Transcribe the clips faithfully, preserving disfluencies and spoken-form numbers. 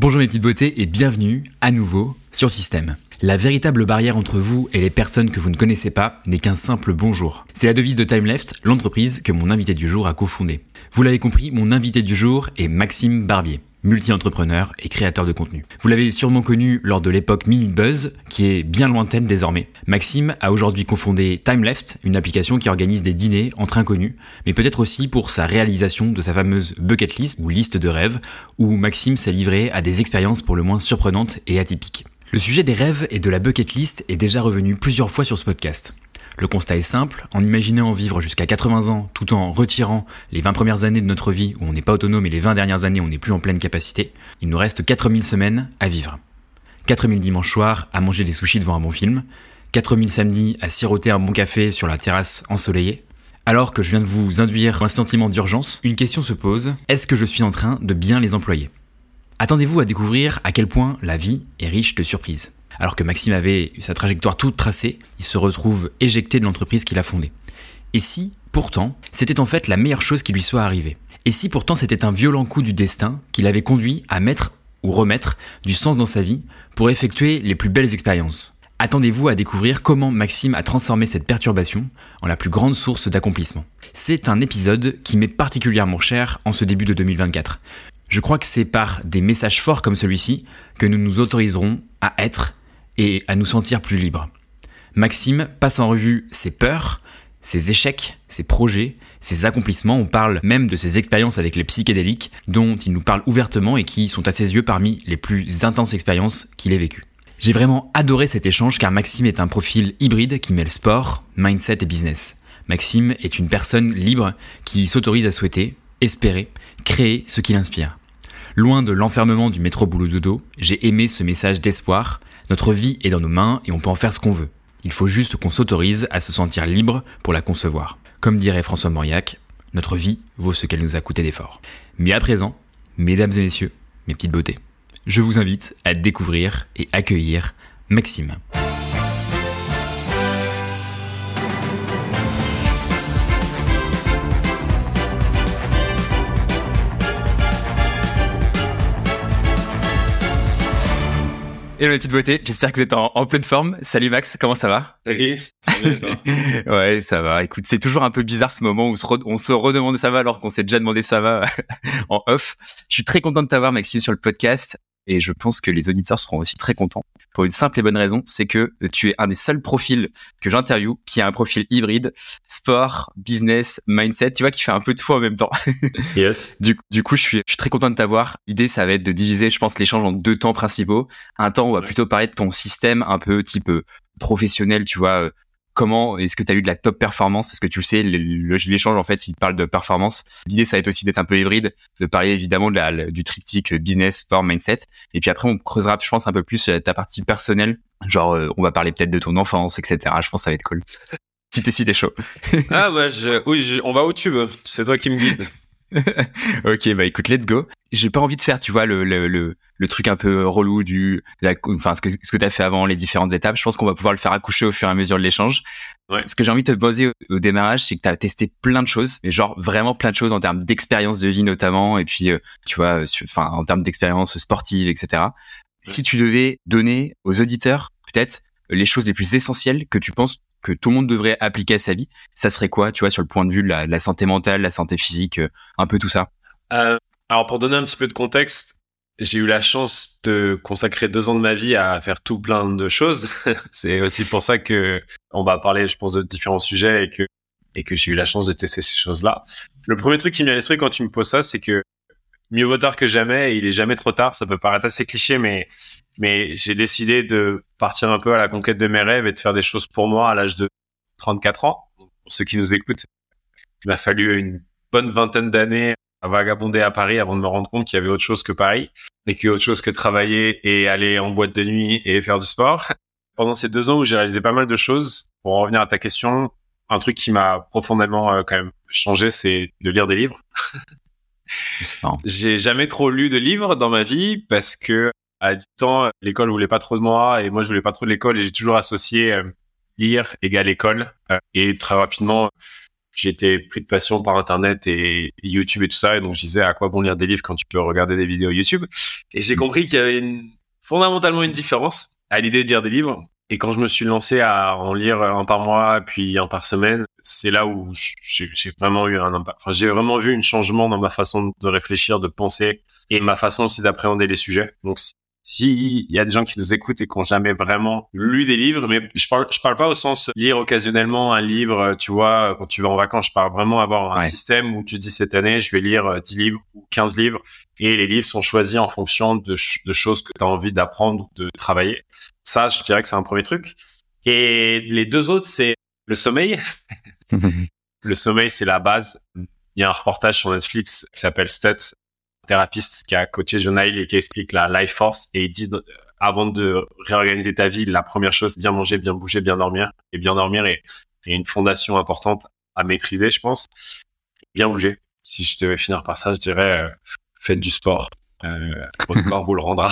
Bonjour mes petites beautés et bienvenue à nouveau sur Système. La véritable barrière entre vous et les personnes que vous ne connaissez pas n'est qu'un simple bonjour. C'est la devise de TimeLeft, l'entreprise que mon invité du jour a cofondée. Vous l'avez compris, mon invité du jour est Maxime Barbier, multi-entrepreneur et créateur de contenu. Vous l'avez sûrement connu lors de l'époque Minute Buzz, qui est bien lointaine désormais. Maxime a aujourd'hui cofondé TimeLeft, une application qui organise des dîners entre inconnus, mais peut-être aussi pour sa réalisation de sa fameuse bucket list ou liste de rêves, où Maxime s'est livré à des expériences pour le moins surprenantes et atypiques. Le sujet des rêves et de la bucket list est déjà revenu plusieurs fois sur ce podcast. Le constat est simple, en imaginant vivre jusqu'à quatre-vingts ans tout en retirant les vingt premières années de notre vie où on n'est pas autonome et les vingt dernières années où on n'est plus en pleine capacité, il nous reste quatre mille semaines à vivre. quatre mille dimanches soirs à manger des sushis devant un bon film, quatre mille samedis à siroter un bon café sur la terrasse ensoleillée. Alors que je viens de vous induire un sentiment d'urgence, une question se pose, est-ce que je suis en train de bien les employer ? Attendez-vous à découvrir à quel point la vie est riche de surprises. Alors que Maxime avait sa trajectoire toute tracée, il se retrouve éjecté de l'entreprise qu'il a fondée. Et si, pourtant, c'était en fait la meilleure chose qui lui soit arrivée ? Et si pourtant c'était un violent coup du destin qui l'avait conduit à mettre ou remettre du sens dans sa vie pour effectuer les plus belles expériences ? Attendez-vous à découvrir comment Maxime a transformé cette perturbation en la plus grande source d'accomplissement. C'est un épisode qui m'est particulièrement cher en ce début de deux mille vingt-quatre. Je crois que c'est par des messages forts comme celui-ci que nous nous autoriserons à être et à nous sentir plus libres. Maxime passe en revue ses peurs, ses échecs, ses projets, ses accomplissements. On parle même de ses expériences avec les psychédéliques dont il nous parle ouvertement et qui sont à ses yeux parmi les plus intenses expériences qu'il ait vécues. J'ai vraiment adoré cet échange car Maxime est un profil hybride qui mêle sport, mindset et business. Maxime est une personne libre qui s'autorise à souhaiter, espérer, créer ce qui l'inspire. Loin de l'enfermement du métro boulot dodo, j'ai aimé ce message d'espoir. Notre vie est dans nos mains et on peut en faire ce qu'on veut. Il faut juste qu'on s'autorise à se sentir libre pour la concevoir. Comme dirait François Mauriac, notre vie vaut ce qu'elle nous a coûté d'efforts. Mais à présent, mesdames et messieurs, mes petites beautés, je vous invite à découvrir et accueillir Maxime. Hello les petites beautés, j'espère que vous êtes en, en pleine forme. Salut Max, comment ça va ? Salut, ça va toi ? Ouais, ça va. Écoute, c'est toujours un peu bizarre ce moment où on se, re- on se redemande ça va alors qu'on s'est déjà demandé ça va en off. Je suis très content de t'avoir Maxime sur le podcast et je pense que les auditeurs seront aussi très contents pour une simple et bonne raison, c'est que tu es un des seuls profils que j'interviewe qui a un profil hybride, sport, business, mindset, tu vois, qui fait un peu de tout en même temps. Yes. Du, du coup, je suis, je suis très content de t'avoir. L'idée, ça va être de diviser, je pense, l'échange en deux temps principaux. Un temps où on va Ouais. plutôt parler de ton système un peu type euh, professionnel, tu vois. euh, Comment est-ce que tu as eu de la top performance ? Parce que tu le sais, le- le- l'échange, en fait, il parle de performance. L'idée, ça va être aussi d'être un peu hybride, de parler évidemment de la, du triptyque business, sport, mindset. Et puis après, on creusera, je pense, un peu plus euh, ta partie personnelle. Genre, euh, on va parler peut-être de ton enfance, et cetera. Je pense que ça va être cool. Si t'es, si t'es chaud. Ah bah je, oui, je- on va où tu veux. C'est toi qui me guide. Ok, bah écoute, let's go. J'ai pas envie de faire, tu vois, le, le, le, le truc un peu relou du, la, enfin, ce que, ce que t'as fait avant, les différentes étapes. Je pense qu'on va pouvoir le faire accoucher au fur et à mesure de l'échange. Ouais. Ce que j'ai envie de te poser au, au démarrage, c'est que t'as testé plein de choses, mais genre vraiment plein de choses en termes d'expérience de vie notamment, et puis, euh, tu vois, enfin, en termes d'expérience sportive, et cetera. Ouais. Si tu devais donner aux auditeurs, peut-être, les choses les plus essentielles que tu penses que tout le monde devrait appliquer à sa vie, ça serait quoi, tu vois, sur le point de vue de la, de la santé mentale, la santé physique, euh, un peu tout ça. Euh, alors pour donner un petit peu de contexte, j'ai eu la chance de consacrer deux ans de ma vie à faire tout plein de choses. C'est aussi pour ça que on va parler, je pense, de différents sujets et que et que j'ai eu la chance de tester ces choses-là. Le premier truc qui me vient à l'esprit quand tu me poses ça, c'est que mieux vaut tard que jamais. Et il est jamais trop tard. Ça peut paraître assez cliché, mais mais j'ai décidé de partir un peu à la conquête de mes rêves et de faire des choses pour moi à l'âge de trente-quatre ans. Donc, pour ceux qui nous écoutent, il m'a fallu une bonne vingtaine d'années à vagabonder à Paris avant de me rendre compte qu'il y avait autre chose que Paris et qu'il y avait autre chose que travailler et aller en boîte de nuit et faire du sport. Pendant ces deux ans où j'ai réalisé pas mal de choses, pour en revenir à ta question, un truc qui m'a profondément euh, quand même changé, c'est de lire des livres. J'ai jamais trop lu de livres dans ma vie parce que à dix ans, l'école voulait pas trop de moi et moi je voulais pas trop de l'école et j'ai toujours associé euh, lire égale école euh, et très rapidement j'étais pris de passion par Internet et YouTube et tout ça. Et donc, je disais, à quoi bon lire des livres quand tu peux regarder des vidéos YouTube? Et j'ai compris qu'il y avait une, fondamentalement une différence à l'idée de lire des livres. Et quand je me suis lancé à en lire un par mois, puis un par semaine, c'est là où j'ai, j'ai vraiment eu un impact. Enfin, j'ai vraiment vu un changement dans ma façon de réfléchir, de penser et ma façon aussi d'appréhender les sujets. Donc, si il y a des gens qui nous écoutent et qui n'ont jamais vraiment lu des livres, mais je parle, je parle pas au sens lire occasionnellement un livre, tu vois, quand tu vas en vacances, je parle vraiment avoir un ouais. système où tu dis cette année, je vais lire dix livres ou quinze livres et les livres sont choisis en fonction de, ch- de choses que tu as envie d'apprendre ou de travailler. Ça, je dirais que c'est un premier truc. Et les deux autres, c'est le sommeil. Le sommeil, c'est la base. Il y a un reportage sur Netflix qui s'appelle Stutz, thérapeute qui a coaché John Hill et qui explique la Life Force. Et il dit, avant de réorganiser ta vie, la première chose, c'est bien manger, bien bouger, bien dormir. Et bien dormir est, est une fondation importante à maîtriser, je pense. Bien bouger. Si je devais finir par ça, je dirais, euh, faites du sport. Euh, votre corps vous le rendra.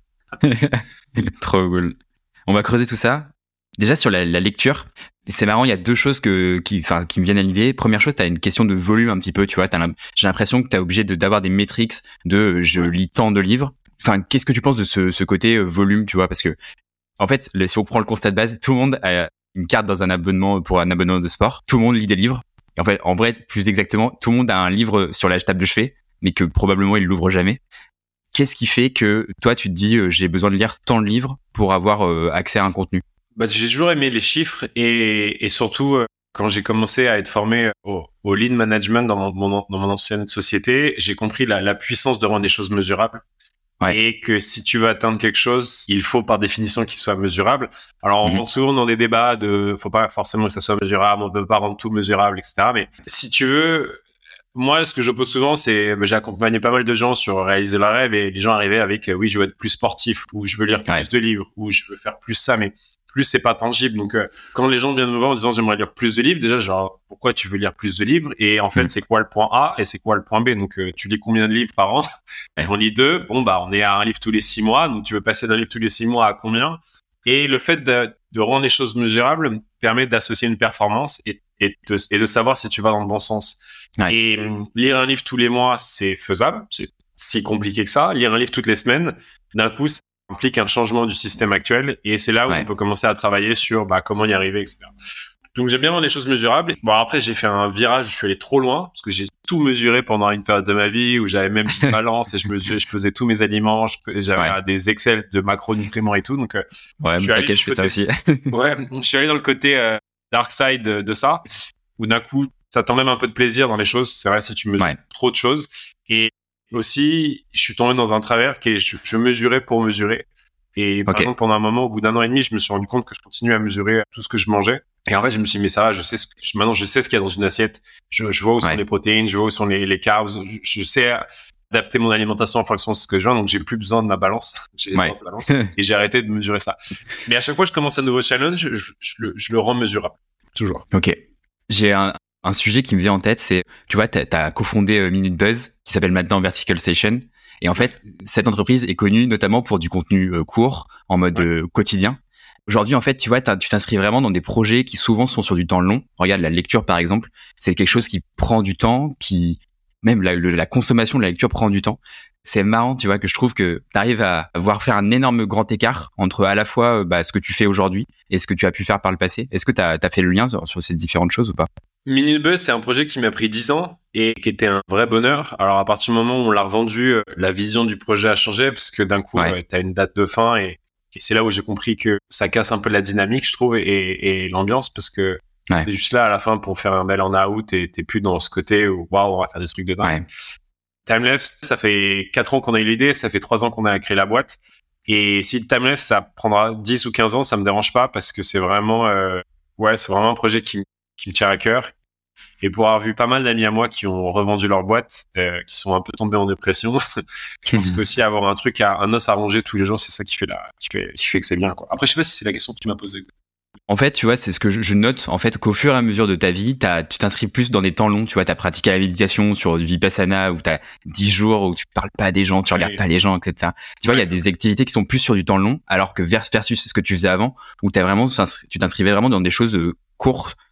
Trop cool. On va creuser tout ça. Déjà sur la, la lecture, c'est marrant, il y a deux choses que, qui, enfin, qui me viennent à l'idée. Première chose, tu as une question de volume un petit peu, tu vois. T'as j'ai l'impression que tu es obligé de, d'avoir des métriques de je lis tant de livres. Enfin, qu'est-ce que tu penses de ce, ce côté euh, volume, tu vois? Parce que, en fait, le, si on prend le constat de base, tout le monde a une carte dans un abonnement pour un abonnement de sport. Tout le monde lit des livres. Et en fait, en vrai, plus exactement, tout le monde a un livre sur la table de chevet, mais que probablement il l'ouvre jamais. Qu'est-ce qui fait que toi, tu te dis, euh, j'ai besoin de lire tant de livres pour avoir euh, accès à un contenu? Bah, j'ai toujours aimé les chiffres et, et surtout, euh, quand j'ai commencé à être formé au, au lean management dans mon, mon, dans mon ancienne société, j'ai compris la, la puissance de rendre les choses mesurables. Ouais. Et que si tu veux atteindre quelque chose, il faut par définition qu'il soit mesurable. Alors, on mm-hmm. rentre souvent dans des débats de, faut pas forcément que ça soit mesurable, on peut pas rendre tout mesurable, et cetera. Mais si tu veux, moi, ce que j'oppose souvent, c'est, j'ai accompagné pas mal de gens sur réaliser leur rêve et les gens arrivaient avec, oui, je veux être plus sportif, ou je veux lire plus ouais. de livres, ou je veux faire plus ça, mais plus c'est pas tangible. Donc, euh, quand les gens viennent me voir en disant j'aimerais lire plus de livres, déjà, genre, pourquoi tu veux lire plus de livres? Et en fait, mmh. c'est quoi le point A et c'est quoi le point B? Donc, euh, tu lis combien de livres par an? Ouais. On lit deux. Bon, bah, on est à un livre tous les six mois. Donc, tu veux passer d'un livre tous les six mois à combien? Et le fait de, de rendre les choses mesurables permet d'associer une performance et, et, de, et de savoir si tu vas dans le bon sens. Ouais. Et euh, lire un livre tous les mois, c'est faisable. C'est si compliqué que ça. Lire un livre toutes les semaines, d'un coup, ça implique un changement du système actuel. Et c'est là où ouais. on peut commencer à travailler sur bah, comment y arriver, et cetera. Donc, j'aime bien rendre les choses mesurables. Bon, après, j'ai fait un virage, je suis allé trop loin parce que j'ai tout mesuré pendant une période de ma vie où j'avais même une balance et je mesurais, je pesais tous mes aliments, je, j'avais ouais. des Excel de macronutriments et tout. Donc, euh, ouais, je, mais je fais ça aussi. ouais, je suis allé dans le côté euh, dark side de, de ça où d'un coup, ça t'enlève un peu de plaisir dans les choses. C'est vrai, si tu mesures ouais. trop de choses. Et aussi, je suis tombé dans un travers qui est je, je mesurais pour mesurer. Et par okay. exemple, pendant un moment, au bout d'un an et demi, je me suis rendu compte que je continuais à mesurer tout ce que je mangeais. Et en fait, je me suis dit, mais ça va, je sais ce que, maintenant, je sais ce qu'il y a dans une assiette. Je, je vois où ouais. sont les protéines, je vois où sont les, les carbs. Je, je sais adapter mon alimentation en fonction de ce que je veux. Donc, j'ai plus besoin de ma balance. J'ai ouais. ma balance et j'ai arrêté de mesurer ça. Mais à chaque fois que je commence un nouveau challenge, je, je, je, le, je le rends mesurable. Toujours. Ok. J'ai un, un sujet qui me vient en tête, c'est, tu vois, t'as, t'as cofondé euh, Minute Buzz, qui s'appelle maintenant Vertical Station. Et en fait, cette entreprise est connue notamment pour du contenu euh, court, en mode ouais. euh, quotidien. Aujourd'hui, en fait, tu vois, tu t'inscris vraiment dans des projets qui souvent sont sur du temps long. Regarde, la lecture, par exemple, c'est quelque chose qui prend du temps, qui même la, le, la consommation de la lecture prend du temps. C'est marrant, tu vois, que je trouve que tu arrives à voir faire un énorme grand écart entre à la fois bah, ce que tu fais aujourd'hui et ce que tu as pu faire par le passé. Est-ce que tu as fait le lien sur, sur ces différentes choses ou pas? Minute Buzz, c'est un projet qui m'a pris dix ans et qui était un vrai bonheur. Alors, à partir du moment où on l'a revendu, la vision du projet a changé parce que d'un coup, ouais. euh, tu as une date de fin et, et c'est là où j'ai compris que ça casse un peu la dynamique, je trouve, et, et l'ambiance parce que ouais. t'es juste là à la fin pour faire un bel en out et t'es plus dans ce côté où waouh, on va faire des trucs de dingue. Ouais. Timelapse, ça fait quatre ans qu'on a eu l'idée, ça fait trois ans qu'on a créé la boîte. Et si Timelapse, ça prendra dix ou quinze ans, ça me dérange pas parce que c'est vraiment, euh, ouais, c'est vraiment un projet qui, qui me tient à cœur. Et pour avoir vu pas mal d'amis à moi qui ont revendu leur boîte, euh, qui sont un peu tombés en dépression, je pense qu'aussi avoir un truc, à, un os à ronger tous les jours, c'est ça qui fait, la, qui fait, qui fait que c'est bien, quoi. Après, je sais pas si c'est la question que tu m'as posée. En fait, tu vois, c'est ce que je, je note, en fait, qu'au fur et à mesure de ta vie, t'as, tu t'inscris plus dans des temps longs, tu vois, t'as pratiqué la méditation sur du Vipassana où t'as dix jours où tu parles pas à des gens, tu regardes oui. pas les gens, et cetera. Tu vois, il ouais. y a des activités qui sont plus sur du temps long, alors que versus ce que tu faisais avant, où t'as vraiment, tu t'inscrivais vraiment dans des choses euh, courtes,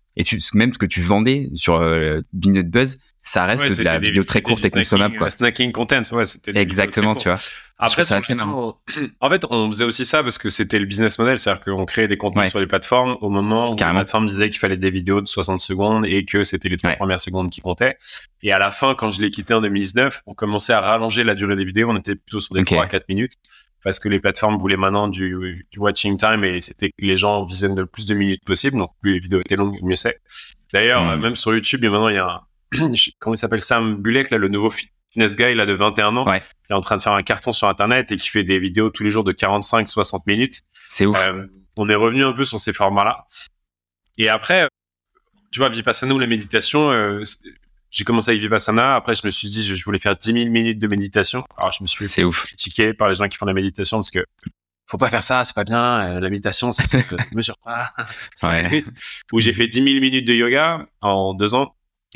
Et tu, même ce que tu vendais sur euh, Minute Buzz, ça reste Ouais, de la des, vidéo très courte et consommable, quoi. Snacking content, ouais, c'était exactement, tu vois. Après, sur fond, en fait, on faisait aussi ça parce que c'était le business model, c'est-à-dire qu'on créait des contenus ouais. sur les plateformes au moment où Carrément. la plateforme disait qu'il fallait des vidéos de soixante secondes et que c'était les trois ouais. premières secondes qui comptaient. Et à la fin, quand je l'ai quitté en deux mille dix-neuf, on commençait à rallonger la durée des vidéos, on était plutôt sur des okay. trois à quatre minutes parce que les plateformes voulaient maintenant du, du watching time et c'était que les gens visionnent le plus de minutes possible, donc plus les vidéos étaient longues, mieux c'est. D'ailleurs, mmh. même sur YouTube, maintenant, il y a un comment il s'appelle, Sam Bulek, là, le nouveau fitness guy là, de vingt et un ans, ouais. qui est en train de faire un carton sur Internet et qui fait des vidéos tous les jours de quarante-cinq à soixante minutes. C'est ouf. Euh, on est revenu un peu sur ces formats-là. Et après, tu vois, Vipassana ou la méditation, euh, j'ai commencé avec Vipassana. Après, je me suis dit, je, je voulais faire dix mille minutes de méditation. Alors, je me suis c'est ouf. critiqué par les gens qui font la méditation parce que faut pas faire ça, c'est pas bien. La méditation, ça ne mesure pas. Ouais. Où j'ai fait dix mille minutes de yoga en deux ans.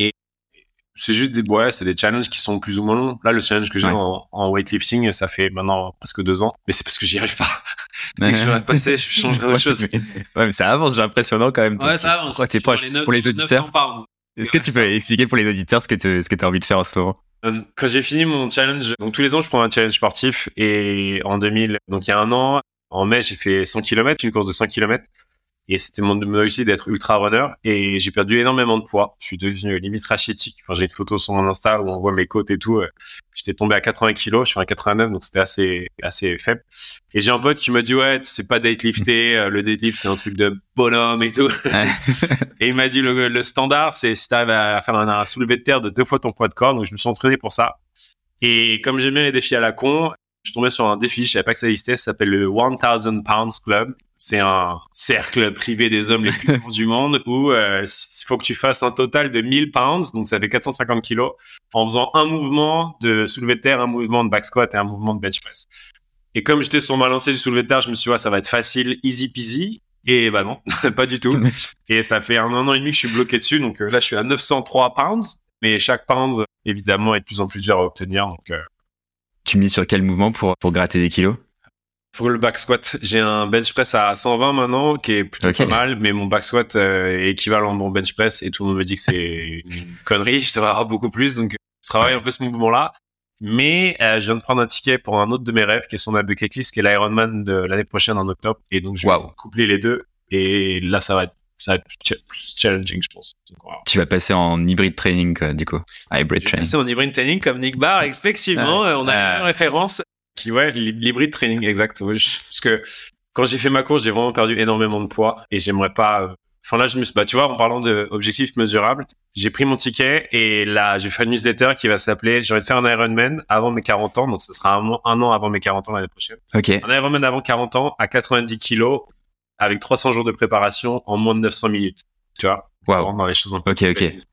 C'est juste des, ouais, c'est des challenges qui sont plus ou moins longs. Là, le challenge que j'ai ouais. en, en weightlifting, ça fait maintenant presque deux ans. Mais c'est parce que j'y arrive pas. Dès que je vais passer, je changerai autre chose. Mais, ouais, mais ça avance, j'ai impressionnant quand même. Ouais, ça avance. Pour, pour, les pour les auditeurs. Est-ce que tu peux expliquer pour les auditeurs ce que tu, ce que tu as envie de faire en ce moment? Quand j'ai fini mon challenge, donc tous les ans, je prends un challenge sportif et en deux mille, donc il y a un an, en mai, j'ai fait cent kilomètres, une course de cent kilomètres. Et c'était mon objectif d'être ultra runner et j'ai perdu énormément de poids. Je suis devenu limite rachitique. Enfin, j'ai une photo sur mon Insta où on voit mes côtes et tout. J'étais tombé à quatre-vingts kilos, je suis à quatre-vingt-neuf, donc c'était assez, assez faible. Et j'ai un pote qui me dit, ouais, c'est pas deightlifter, le deadlift, c'est un truc de bonhomme et tout. Ouais. Et il m'a dit, le, le standard, c'est si t'arrives à faire un, un soulevé de terre de deux fois ton poids de corps. Donc je me suis entraîné pour ça. Et comme j'aime bien les défis à la con, je suis tombé sur un défi, je savais pas que ça existait, ça s'appelle le one thousand pounds club. C'est un cercle privé des hommes les plus forts du monde où il euh, faut que tu fasses un total de mille pounds, donc ça fait quatre cent cinquante kilos, en faisant un mouvement de soulevé de terre, un mouvement de back squat et un mouvement de bench press. Et comme j'étais sur ma lancée du soulevé de terre, je me suis dit, ouais, ça va être facile, easy peasy. Et bah non, pas du tout. Et ça fait un an et demi que je suis bloqué dessus, donc euh, là je suis à neuf cent trois pounds, mais chaque pound, évidemment, est de plus en plus dur à obtenir. Donc, euh... Tu mises sur quel mouvement pour, pour gratter des kilos? Faut le back squat. J'ai un bench press à cent vingt maintenant, qui est plutôt okay. pas mal, mais mon back squat euh, est équivalent à mon bench press et tout le monde me dit que c'est une connerie. Je devrais avoir beaucoup plus, donc je travaille un peu ce mouvement-là. Mais euh, je viens de prendre un ticket pour un autre de mes rêves, qui est sur ma bucket list, qui est l'Ironman de l'année prochaine en octobre. Et donc je vais wow. coupler les deux. Et là, ça va être, ça va être plus challenging, je pense. Donc, wow. Tu vas passer en hybride training, quoi, du coup. Hybrid je vais passer en hybride training comme Nick Barr. Effectivement, ah. on a ah. une référence. Qui, ouais, l'hybride training, exact. Ouais, je, parce que quand j'ai fait ma course, j'ai vraiment perdu énormément de poids et j'aimerais pas. Enfin, là, je me suis, bah, tu vois, en parlant d'objectifs mesurables, j'ai pris mon ticket et là, j'ai fait une newsletter qui va s'appeler j'ai envie de faire un Ironman avant mes quarante ans. Donc, ce sera un, un an avant mes quarante ans l'année prochaine. Ok. Un Ironman avant quarante ans à quatre-vingt-dix kilos avec trois cents jours de préparation en moins de neuf cents minutes. Tu vois? Wow. Dans les choses un peu Ok, ok. Précises.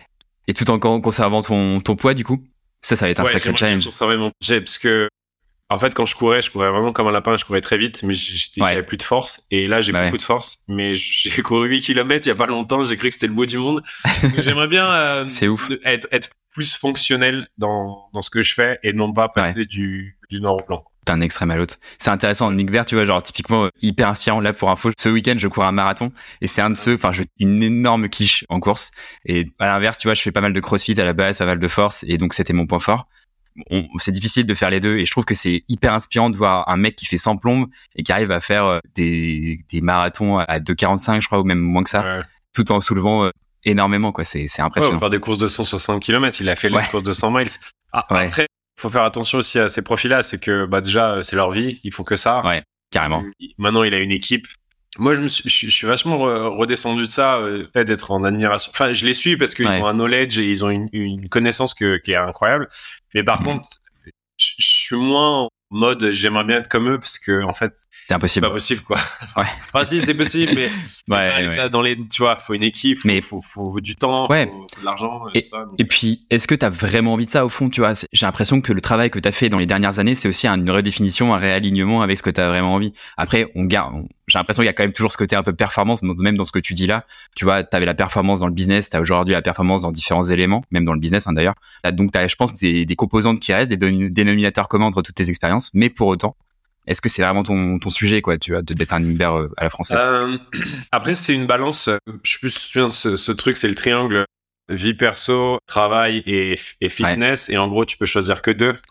Et tout en conservant ton, ton poids, du coup? Ça, ça va être un ouais, sacré challenge. Conserver mon... Parce que, en fait, quand je courais, je courais vraiment comme un lapin, je courais très vite, mais j'étais, ouais. j'avais plus de force. Et là, j'ai bah beaucoup ouais. de force, mais j'ai couru huit kilomètres il y a pas longtemps, j'ai cru que c'était le bout du monde. Donc, j'aimerais bien euh, c'est ouf. Être, être plus fonctionnel dans, dans ce que je fais et non pas passer ouais. du, du nord au blanc. D'un extrême à l'autre. C'est intéressant. Nick Barr, tu vois, genre, typiquement, hyper inspirant. Là, pour info, ce week-end, je cours un marathon et c'est un de ceux, enfin, j'ai une énorme quiche en course. Et à l'inverse, tu vois, je fais pas mal de crossfit à la base, pas mal de force et donc c'était mon point fort. On, c'est difficile de faire les deux et je trouve que c'est hyper inspirant de voir un mec qui fait sans plombe et qui arrive à faire des, des marathons à deux quarante-cinq, je crois, ou même moins que ça, ouais. tout en soulevant énormément, quoi. C'est, c'est impressionnant. Ouais, on va faire des courses de cent soixante kilomètres. Il a fait ouais. les courses de cent miles. Ah, ouais. Après, faut faire attention aussi à ces profils-là. C'est que, bah, déjà, c'est leur vie. Ils font que ça. Ouais, carrément. Maintenant, il a une équipe. Moi, je me suis, je, je suis vachement redescendu de ça, euh, peut-être d'être en admiration. Enfin, je les suis parce qu'ils ouais. ont un knowledge et ils ont une, une connaissance que, qui est incroyable. Mais par mmh. contre, je, je suis moins en mode j'aimerais bien être comme eux parce que en fait, c'est impossible. C'est pas possible, quoi. Ouais. Enfin, si, c'est possible, mais ouais, ouais. ouais. dans les, tu vois, faut une équipe, faut, mais faut, faut, faut du temps, ouais. faut, faut de l'argent, et, tout ça. Donc... et puis, est-ce que t'as vraiment envie de ça au fond, tu vois? J'ai l'impression que le travail que t'as fait dans les dernières années, c'est aussi une redéfinition, un réalignement avec ce que t'as vraiment envie. Après, on garde. On... J'ai l'impression qu'il y a quand même toujours ce côté un peu performance, même dans ce que tu dis là. Tu vois, t'avais la performance dans le business, t'as aujourd'hui la performance dans différents éléments, même dans le business, hein, d'ailleurs. Donc, t'as, je pense que c'est des composantes qui restent, des dénominateurs communs entre toutes tes expériences, mais pour autant, Est-ce que c'est vraiment ton, ton sujet, quoi, tu vois, d'être un Imbert euh, à la française? Euh, après, c'est une balance. Je sais plus si tu te souviens de ce, ce truc, c'est le triangle vie perso, travail et, et fitness. Ouais. Et en gros, tu peux choisir que deux.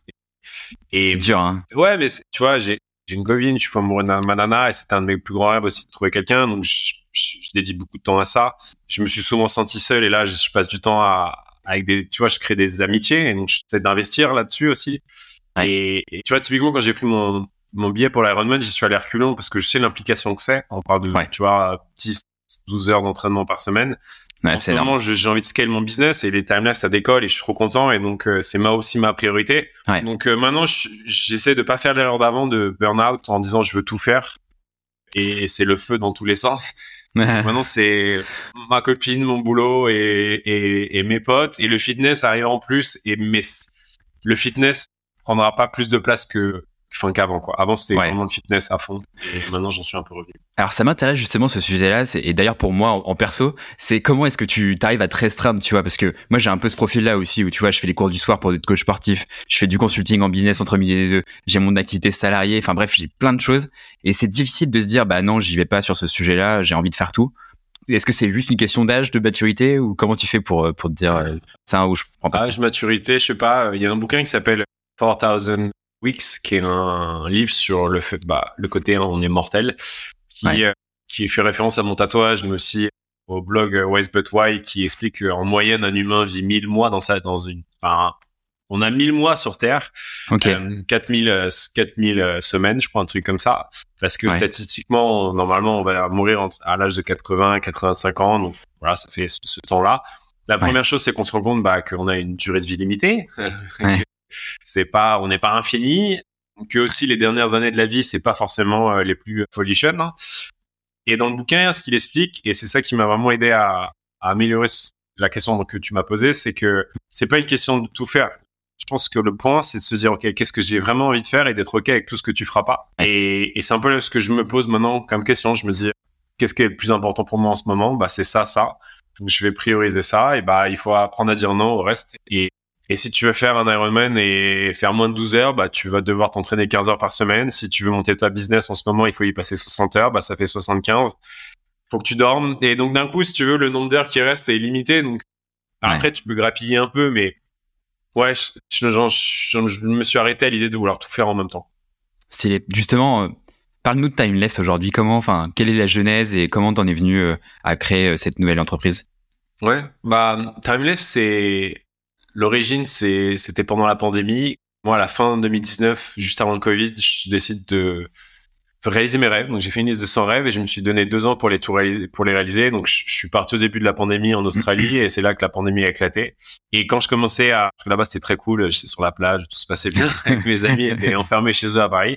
Et c'est dur, hein. Ouais, mais tu vois, j'ai, j'ai une copine, je suis amoureux de ma nana et c'était un de mes plus grands rêves aussi de trouver quelqu'un. Donc, je, je, je dédie beaucoup de temps à ça. Je me suis souvent senti seul et là, je, je passe du temps à, avec des, tu vois, je crée des amitiés et donc j'essaie d'investir là-dessus aussi. Ouais. Et, et tu vois, typiquement, quand j'ai pris mon, mon billet pour l'Ironman, j'y suis allé reculons parce que je sais l'implication que c'est. On parle de, ouais. tu vois, dix, douze heures d'entraînement par semaine. Ouais, en ce moment, je, j'ai envie de scale mon business et les timelapse, ça décolle et je suis trop content. Et donc, euh, c'est ma, aussi ma priorité. Ouais. Donc, euh, maintenant, je, j'essaie de pas faire l'erreur d'avant de burn-out en disant je veux tout faire. Et c'est le feu dans tous les sens. Maintenant, c'est ma copine, mon boulot et, et, et mes potes. Et le fitness arrive en plus. Et mais le fitness prendra pas plus de place que Enfin, qu'avant, quoi. Avant, c'était ouais. vraiment le fitness à fond. Et maintenant, j'en suis un peu revenu. Alors, ça m'intéresse justement ce sujet-là. C'est, et d'ailleurs, pour moi, en, en perso, c'est comment est-ce que tu arrives à te restreindre, tu vois, parce que moi, j'ai un peu ce profil-là aussi où, tu vois, je fais les cours du soir pour être coach sportif. Je fais du consulting en business entre midi et deux. J'ai mon activité salariée. Enfin, bref, j'ai plein de choses. Et c'est difficile de se dire, bah non, j'y vais pas sur ce sujet-là. J'ai envie de faire tout. Est-ce que c'est juste une question d'âge, de maturité, ou comment tu fais pour, pour te dire, euh, ça, où je prends pas? Âge, maturité, je sais pas. Il y a un bouquin qui s'appelle four thousand Weeks, qui est un livre sur le fait, bah, le côté on est mortel, qui, ouais. euh, qui fait référence à mon tatouage, mais aussi au blog Wise But Why, qui explique qu'en moyenne, un humain vit mille mois dans sa, dans une, enfin, on a mille mois sur Terre, okay. euh, quatre mille semaines, je crois, un truc comme ça, parce que ouais. statistiquement, normalement, on va mourir entre, à l'âge de quatre-vingts à quatre-vingt-cinq ans, donc voilà, ça fait ce, ce temps-là. La ouais. première chose, c'est qu'on se rend compte, bah, qu'on a une durée de vie limitée. Ouais. C'est pas, on n'est pas infini, que aussi les dernières années de la vie, c'est pas forcément euh, les plus folichonnes. Hein. Et dans le bouquin, ce qu'il explique, et c'est ça qui m'a vraiment aidé à, à améliorer la question que tu m'as posée, c'est que c'est pas une question de tout faire. Je pense que le point, c'est de se dire, ok, qu'est-ce que j'ai vraiment envie de faire et d'être ok avec tout ce que tu feras pas. Et, et c'est un peu ce que je me pose maintenant comme question. Je me dis, qu'est-ce qui est le plus important pour moi en ce moment? Bah, c'est ça, ça. Donc, je vais prioriser ça. Et bah, il faut apprendre à dire non au reste. Et Et si tu veux faire un Ironman et faire moins de douze heures, bah, tu vas devoir t'entraîner quinze heures par semaine. Si tu veux monter ta business en ce moment, il faut y passer soixante heures, bah, ça fait soixante-quinze. Faut que tu dormes. Et donc, d'un coup, si tu veux, le nombre d'heures qui reste est limité. Donc, ouais. après, tu peux grappiller un peu, mais ouais, je, je, je, je me suis arrêté à l'idée de vouloir tout faire en même temps. C'est justement, euh, parle-nous de TimeLeft aujourd'hui. Comment, enfin, quelle est la genèse et comment t'en es venu euh, à créer euh, cette nouvelle entreprise? Ouais, bah, TimeLeft, c'est, L'origine, c'est, c'était pendant la pandémie. Moi, à la fin deux mille dix-neuf, juste avant le Covid, je décide de réaliser mes rêves. Donc, j'ai fait une liste de cent rêves et je me suis donné deux ans pour les tout réaliser, pour les réaliser. Donc, je, je suis parti au début de la pandémie en Australie et c'est là que la pandémie a éclaté. Et quand je commençais à, parce que là-bas, c'était très cool. J'étais sur la plage, tout se passait bien avec mes amis, étaient enfermés chez eux à Paris.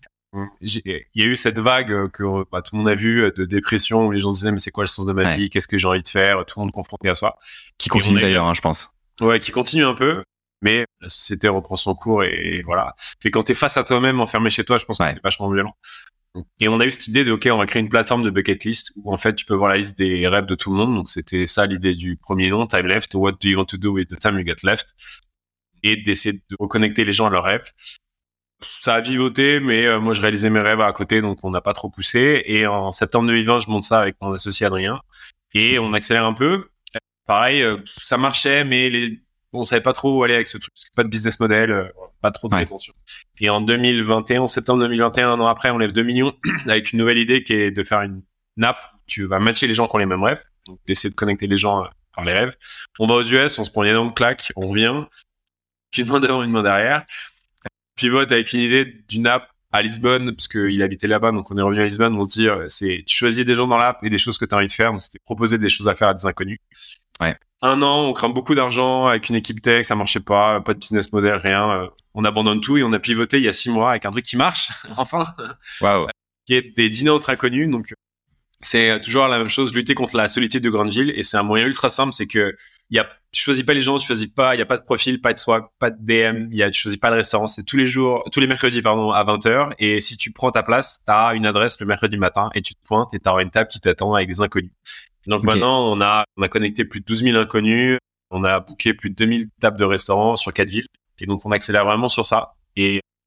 J'ai, il y a eu cette vague que bah, tout le monde a vu de dépression où les gens disaient mais c'est quoi le sens de ma ouais. vie? Qu'est-ce que j'ai envie de faire? Tout le monde confronté à soi. Qui continue d'ailleurs, hein, je pense. Ouais, qui continue un peu, mais la société reprend son cours et, et voilà. Et quand t'es face à toi-même, enfermé chez toi, je pense ouais. que c'est vachement violent. Et on a eu cette idée de, ok, on va créer une plateforme de bucket list où en fait tu peux voir la liste des rêves de tout le monde. Donc c'était ça l'idée du premier nom, TimeLeft. What do you want to do with the time you got left? Et d'essayer de reconnecter les gens à leurs rêves. Ça a vivoté, mais euh, moi je réalisais mes rêves à côté, donc on n'a pas trop poussé. Et en septembre deux mille vingt, je monte ça avec mon associé Adrien et on accélère un peu. Pareil, euh, ça marchait, mais les... on savait pas trop où aller avec ce truc, parce que pas de business model, euh, pas trop de rétention. Ouais. Et en deux mille vingt et un, en septembre deux mille vingt et un, un an après, on lève deux millions avec une nouvelle idée qui est de faire une app où tu vas matcher les gens qui ont les mêmes rêves, donc d'essayer de connecter les gens euh, par les rêves. On va aux U S, on se prend une énorme claque, on revient, une main devant, une main derrière, pivote avec une idée d'une app à Lisbonne, parce qu'il habitait là-bas, donc on est revenu à Lisbonne, on se dit, euh, c'est, tu choisis des gens dans l'app et des choses que tu as envie de faire, donc c'était proposer des choses à faire à des inconnus. Ouais. Un an, on crame beaucoup d'argent avec une équipe tech, ça marchait pas, pas de business model, rien. Euh, on abandonne tout et on a pivoté il y a six mois avec un truc qui marche, enfin, wow. qui est des dîners entre inconnus. Donc, c'est toujours la même chose, lutter contre la solitude de grande ville. Et c'est un moyen ultra simple, c'est que y a, tu choisis pas les gens, tu choisis pas, il y a pas de profil, pas de swag, pas de D M, il y a, tu choisis pas de restaurant. C'est tous les jours, tous les mercredis, pardon, à vingt heures. Et si tu prends ta place, t'as une adresse le mercredi matin et tu te pointes et t'auras une table qui t'attend avec des inconnus. Donc okay. Maintenant, on a, on a connecté plus de douze mille inconnus, on a booké plus de deux mille tables de restaurants sur quatre villes. Et donc, on accélère vraiment sur ça. Et,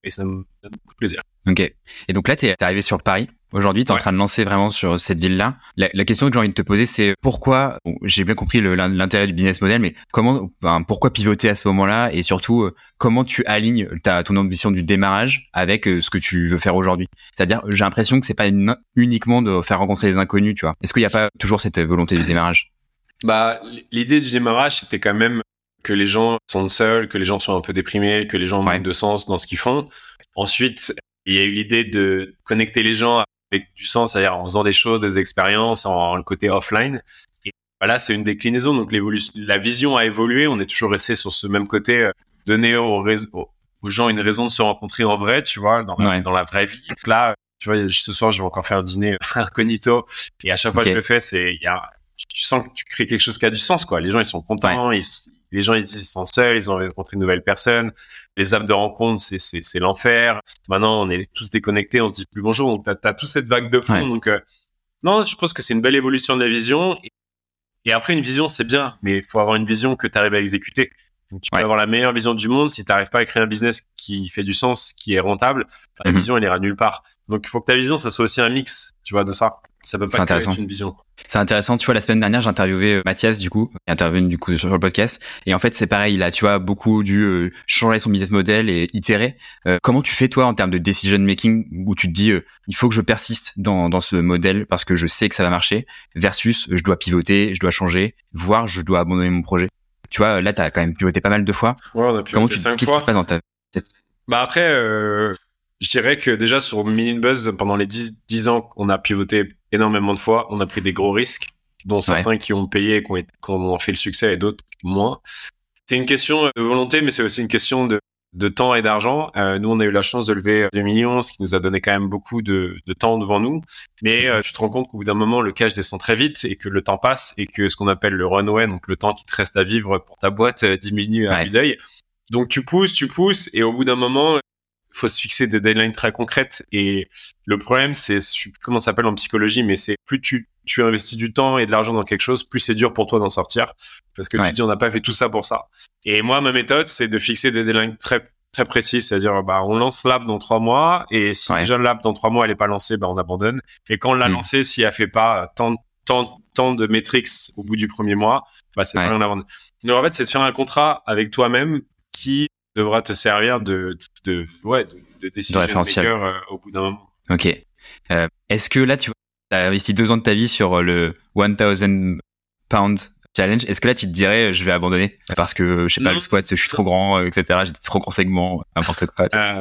et ça me donne beaucoup de plaisir. Ok. Et donc là, t'es, t'es arrivé sur Paris. Aujourd'hui, t'es ouais. en train de lancer vraiment sur cette ville-là. La, la question que j'ai envie de te poser, c'est pourquoi, bon, j'ai bien compris le, l'intérêt du business model, mais comment, enfin, pourquoi pivoter à ce moment-là et surtout, euh, comment tu alignes ta, ton ambition du démarrage avec euh, ce que tu veux faire aujourd'hui? C'est-à-dire, j'ai l'impression que c'est pas une, uniquement de faire rencontrer des inconnus, tu vois. Est-ce qu'il n'y a pas toujours cette volonté du démarrage? Bah, l'idée du démarrage, c'était quand même que les gens sont seuls, que les gens sont un peu déprimés, que les gens ouais. manquent de sens dans ce qu'ils font. Ensuite, il y a eu l'idée de connecter les gens avec du sens, c'est-à-dire en faisant des choses, des expériences, en, en le côté offline. Et voilà, c'est une déclinaison. Donc, l'évolution, la vision a évolué. On est toujours resté sur ce même côté, euh, donner aux, réseaux, aux gens une raison de se rencontrer en vrai, tu vois, dans la, ouais. dans la vraie vie. Donc là, tu vois, ce soir, je vais encore faire le dîner incognito. Et à chaque fois okay. que je le fais, c'est, il y a, tu sens que tu crées quelque chose qui a du sens, quoi. Les gens, ils sont contents. Ouais. Ils, les gens, ils disent, ils sont seuls. Ils ont rencontré une nouvelle personne. Les apps de rencontre, c'est, c'est, c'est l'enfer. Maintenant, on est tous déconnectés, on se dit plus bonjour. Donc, t'as, t'as toute cette vague de fond. Ouais. Donc, euh, non, je pense que c'est une belle évolution de la vision. Et, et après, une vision, c'est bien, mais il faut avoir une vision que tu arrives à exécuter. Donc, tu peux ouais. avoir la meilleure vision du monde. Si tu n'arrives pas à créer un business qui fait du sens, qui est rentable, la mm-hmm. vision, elle ira nulle part. Donc, il faut que ta vision, ça soit aussi un mix, tu vois, de ça. Ça peut pas être une vision. C'est intéressant. Tu vois, la semaine dernière, j'ai interviewé Mathias, du coup, qui est intervenu, du coup, sur le podcast. Et en fait, c'est pareil. Il a, tu vois, beaucoup dû euh, changer son business model et itérer. Euh, comment tu fais, toi, en termes de decision making, où tu te dis, euh, il faut que je persiste dans, dans ce modèle parce que je sais que ça va marcher, versus je dois pivoter, je dois changer, voire je dois abandonner mon projet. Tu vois, là, t'as quand même pivoté pas mal de fois. Ouais, on a pivoté Comment tu, cinq qu'est-ce fois. qui se passe dans ta tête? Bah après, euh, je dirais que déjà sur Minute Buzz, pendant les dix, dix ans, on a pivoté énormément de fois. On a pris des gros risques, dont certains ouais. qui ont payé et qui ont, qui ont fait le succès et d'autres moins. C'est une question de volonté, mais c'est aussi une question de, de temps et d'argent. Euh, nous, on a eu la chance de lever deux millions, ce qui nous a donné quand même beaucoup de, de temps devant nous. Mais euh, tu te rends compte qu'au bout d'un moment, le cash descend très vite et que le temps passe et que ce qu'on appelle le runway, donc le temps qui te reste à vivre pour ta boîte, euh, diminue à vue d'œil. Donc tu pousses, tu pousses et au bout d'un moment, il faut se fixer des deadlines très concrètes. Et le problème, c'est, je sais plus comment ça s'appelle en psychologie, mais c'est plus tu, tu investis du temps et de l'argent dans quelque chose, plus c'est dur pour toi d'en sortir. Parce que ouais. tu te dis, on n'a pas fait tout ça pour ça. Et moi, ma méthode, c'est de fixer des deadlines très, très précises. C'est-à-dire, bah, on lance l'app dans trois mois. Et si ouais. déjà l'app dans trois mois, elle n'est pas lancée, bah, on abandonne. Et quand on l'a mmh. lancée, si elle fait pas tant, tant, tant de métriques au bout du premier mois, bah, c'est ouais. pas rien d'abandonner. Donc, en fait, c'est de faire un contrat avec toi-même qui devra te servir de, de, ouais, de, de décision maker euh, au bout d'un moment. Ok. Euh, est-ce que là, tu as investi deux ans de ta vie sur le one thousand pound challenge. Est-ce que là, tu te dirais, je vais abandonner parce que, je sais pas, non. le squat, je suis trop grand, et cetera. J'ai trop gros segment, n'importe quoi. Euh,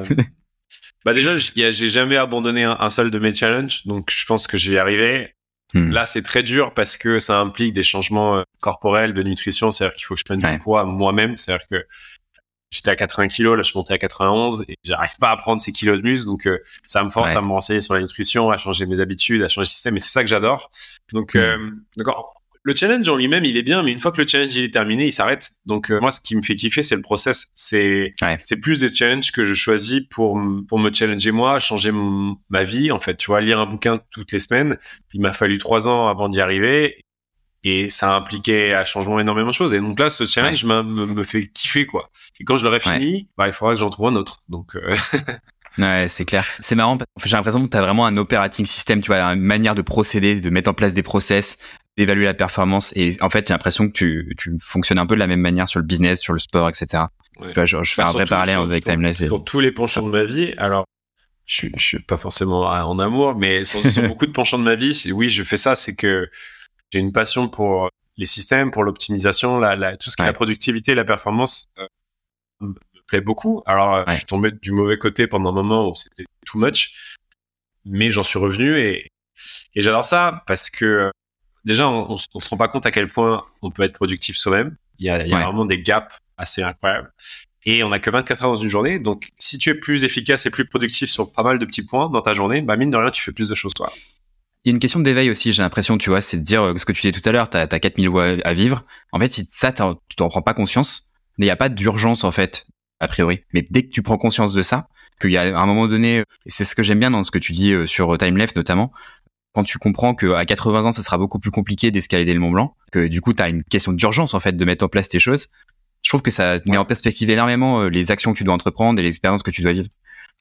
bah déjà, j'ai jamais abandonné un, un seul de mes challenges, donc je pense que j'y vais arriver. Hmm. Là, c'est très dur parce que ça implique des changements corporels, de nutrition. C'est-à-dire qu'il faut que je prenne ouais. du poids moi-même. C'est-à-dire que j'étais à quatre-vingts kilos, là je suis monté à quatre-vingt-onze et j'arrive pas à prendre ces kilos de muscle, donc euh, ça me force ouais. à me renseigner sur la nutrition, à changer mes habitudes, à changer le système, et c'est ça que j'adore. Donc, mmh. euh, d'accord. Le challenge en lui-même, il est bien, mais une fois que le challenge il est terminé, il s'arrête. Donc euh, moi, ce qui me fait kiffer, c'est le process. C'est ouais. c'est plus des challenges que je choisis pour pour me challenger moi, changer m- ma vie en fait. Tu vois, lire un bouquin toutes les semaines. Il m'a fallu trois ans avant d'y arriver. Et ça a impliqué un changement énormément de choses. Et donc là, ce challenge ouais. me, me fait kiffer, quoi. Et quand je l'aurai fini, ouais. bah, il faudra que j'en trouve un autre. Donc, euh... ouais, c'est clair. C'est marrant. J'ai l'impression que tu as vraiment un operating system, tu vois, une manière de procéder, de mettre en place des process, d'évaluer la performance. Et en fait, j'ai l'impression que tu, tu fonctionnes un peu de la même manière sur le business, sur le sport, et cetera. Ouais. Tu vois, je, je fais bah, un vrai parallèle avec Timeless. Pour, pour tous les penchants de ma vie, alors, je, je suis pas forcément en amour, mais sur, sur beaucoup de penchants de ma vie, oui, je fais ça, c'est que j'ai une passion pour les systèmes, pour l'optimisation, la, la, tout ce qui ouais. est la productivité, la performance euh, me plaît beaucoup. Alors, ouais. je suis tombé du mauvais côté pendant un moment où c'était too much, mais j'en suis revenu et, et j'adore ça parce que déjà, on, on, on se rend pas compte à quel point on peut être productif soi-même. Il y a, il y a ouais. vraiment des gaps assez incroyables. Et on n'a que vingt-quatre heures dans une journée. Donc, si tu es plus efficace et plus productif sur pas mal de petits points dans ta journée, bah, mine de rien, tu fais plus de choses, toi. Il y a une question d'éveil aussi, j'ai l'impression, tu vois, c'est de dire ce que tu disais tout à l'heure, t'as, t'as quatre mille voix à vivre. En fait, si ça, tu t'en prends pas conscience, il n'y a pas d'urgence, en fait, a priori. Mais dès que tu prends conscience de ça, qu'il y a un moment donné, et c'est ce que j'aime bien dans ce que tu dis sur Timeless notamment, quand tu comprends qu'à quatre-vingts ans, ça sera beaucoup plus compliqué d'escalader le Mont Blanc, que du coup, t'as une question d'urgence, en fait, de mettre en place tes choses, je trouve que ça met en perspective énormément les actions que tu dois entreprendre et l'expérience que tu dois vivre.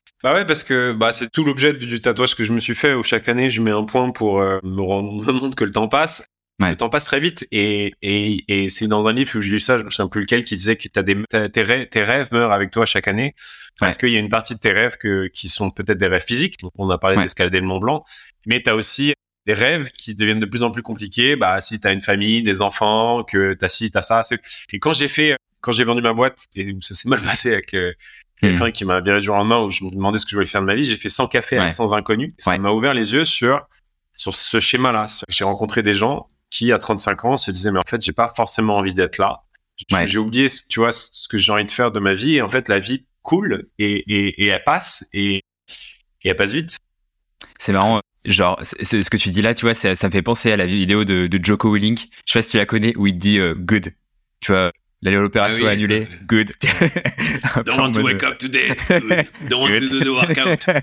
Bah ouais, parce que bah, c'est tout l'objet du, du tatouage que je me suis fait, où chaque année, je mets un point pour euh, me rendre me montre que le temps passe. Ouais. Le temps passe très vite. Et, et, et c'est dans un livre où j'ai lu ça, je me souviens plus lequel, qui disait que t'as des, t'as, tes, rêves, tes rêves meurent avec toi chaque année. Parce Ouais. qu'il y a une partie de tes rêves que, qui sont peut-être des rêves physiques. Donc, on a parlé Ouais. d'escalader le Mont Blanc. Mais t'as aussi des rêves qui deviennent de plus en plus compliqués. Bah, si t'as une famille, des enfants, que t'as ci, t'as ça. C'est... Et quand j'ai fait, quand j'ai vendu ma boîte, et ça s'est mal passé avec euh, quelqu'un mmh. qui m'a viré du jour au lendemain, où je me demandais ce que je voulais faire de ma vie, j'ai fait cent cafés ouais. avec cent inconnus. Et ça ouais. m'a ouvert les yeux sur, sur ce schéma-là. J'ai rencontré des gens qui, à trente-cinq ans, se disaient, mais en fait, j'ai pas forcément envie d'être là. Ouais. J'ai oublié, tu vois, ce que j'ai envie de faire de ma vie. Et en fait, la vie coule et, et, et elle passe et, et elle passe vite. C'est marrant. Genre, c'est, c'est ce que tu dis là, tu vois, ça, ça me fait penser à la vidéo de, de Jocko Willink. Je sais pas si tu la connais, où il dit uh, good. Tu vois, l'opération ah oui, annulée, good. Don't want to wake up today, good. Don't good. want to do the workout,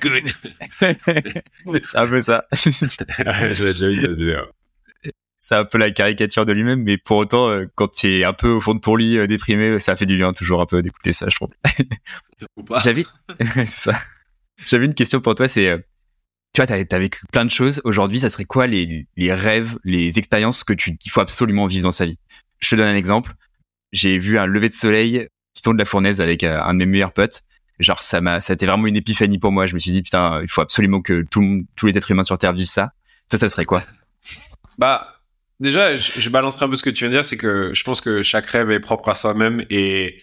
good. C'est un peu ça. Je l'ai déjà vu cette vidéo. C'est un peu la caricature de lui-même, mais pour autant, euh, quand tu es un peu au fond de ton lit, euh, déprimé, ça fait du bien toujours un peu d'écouter ça, je trouve. Ou pas. J'avais, c'est ça. J'avais une question pour toi, c'est, euh, tu vois, t'as, t'as vécu plein de choses. Aujourd'hui, ça serait quoi les, les rêves, les expériences que tu, qu'il faut absolument vivre dans sa vie? Je te donne un exemple. J'ai vu un lever de soleil qui tombe de la fournaise avec euh, un de mes meilleurs potes. Genre, ça m'a, ça a été vraiment une épiphanie pour moi. Je me suis dit, putain, il faut absolument que tout le monde, tous les êtres humains sur Terre vivent ça. Ça, ça serait quoi? Bah, déjà, je, je balancerai un peu ce que tu viens de dire, c'est que je pense que chaque rêve est propre à soi-même et,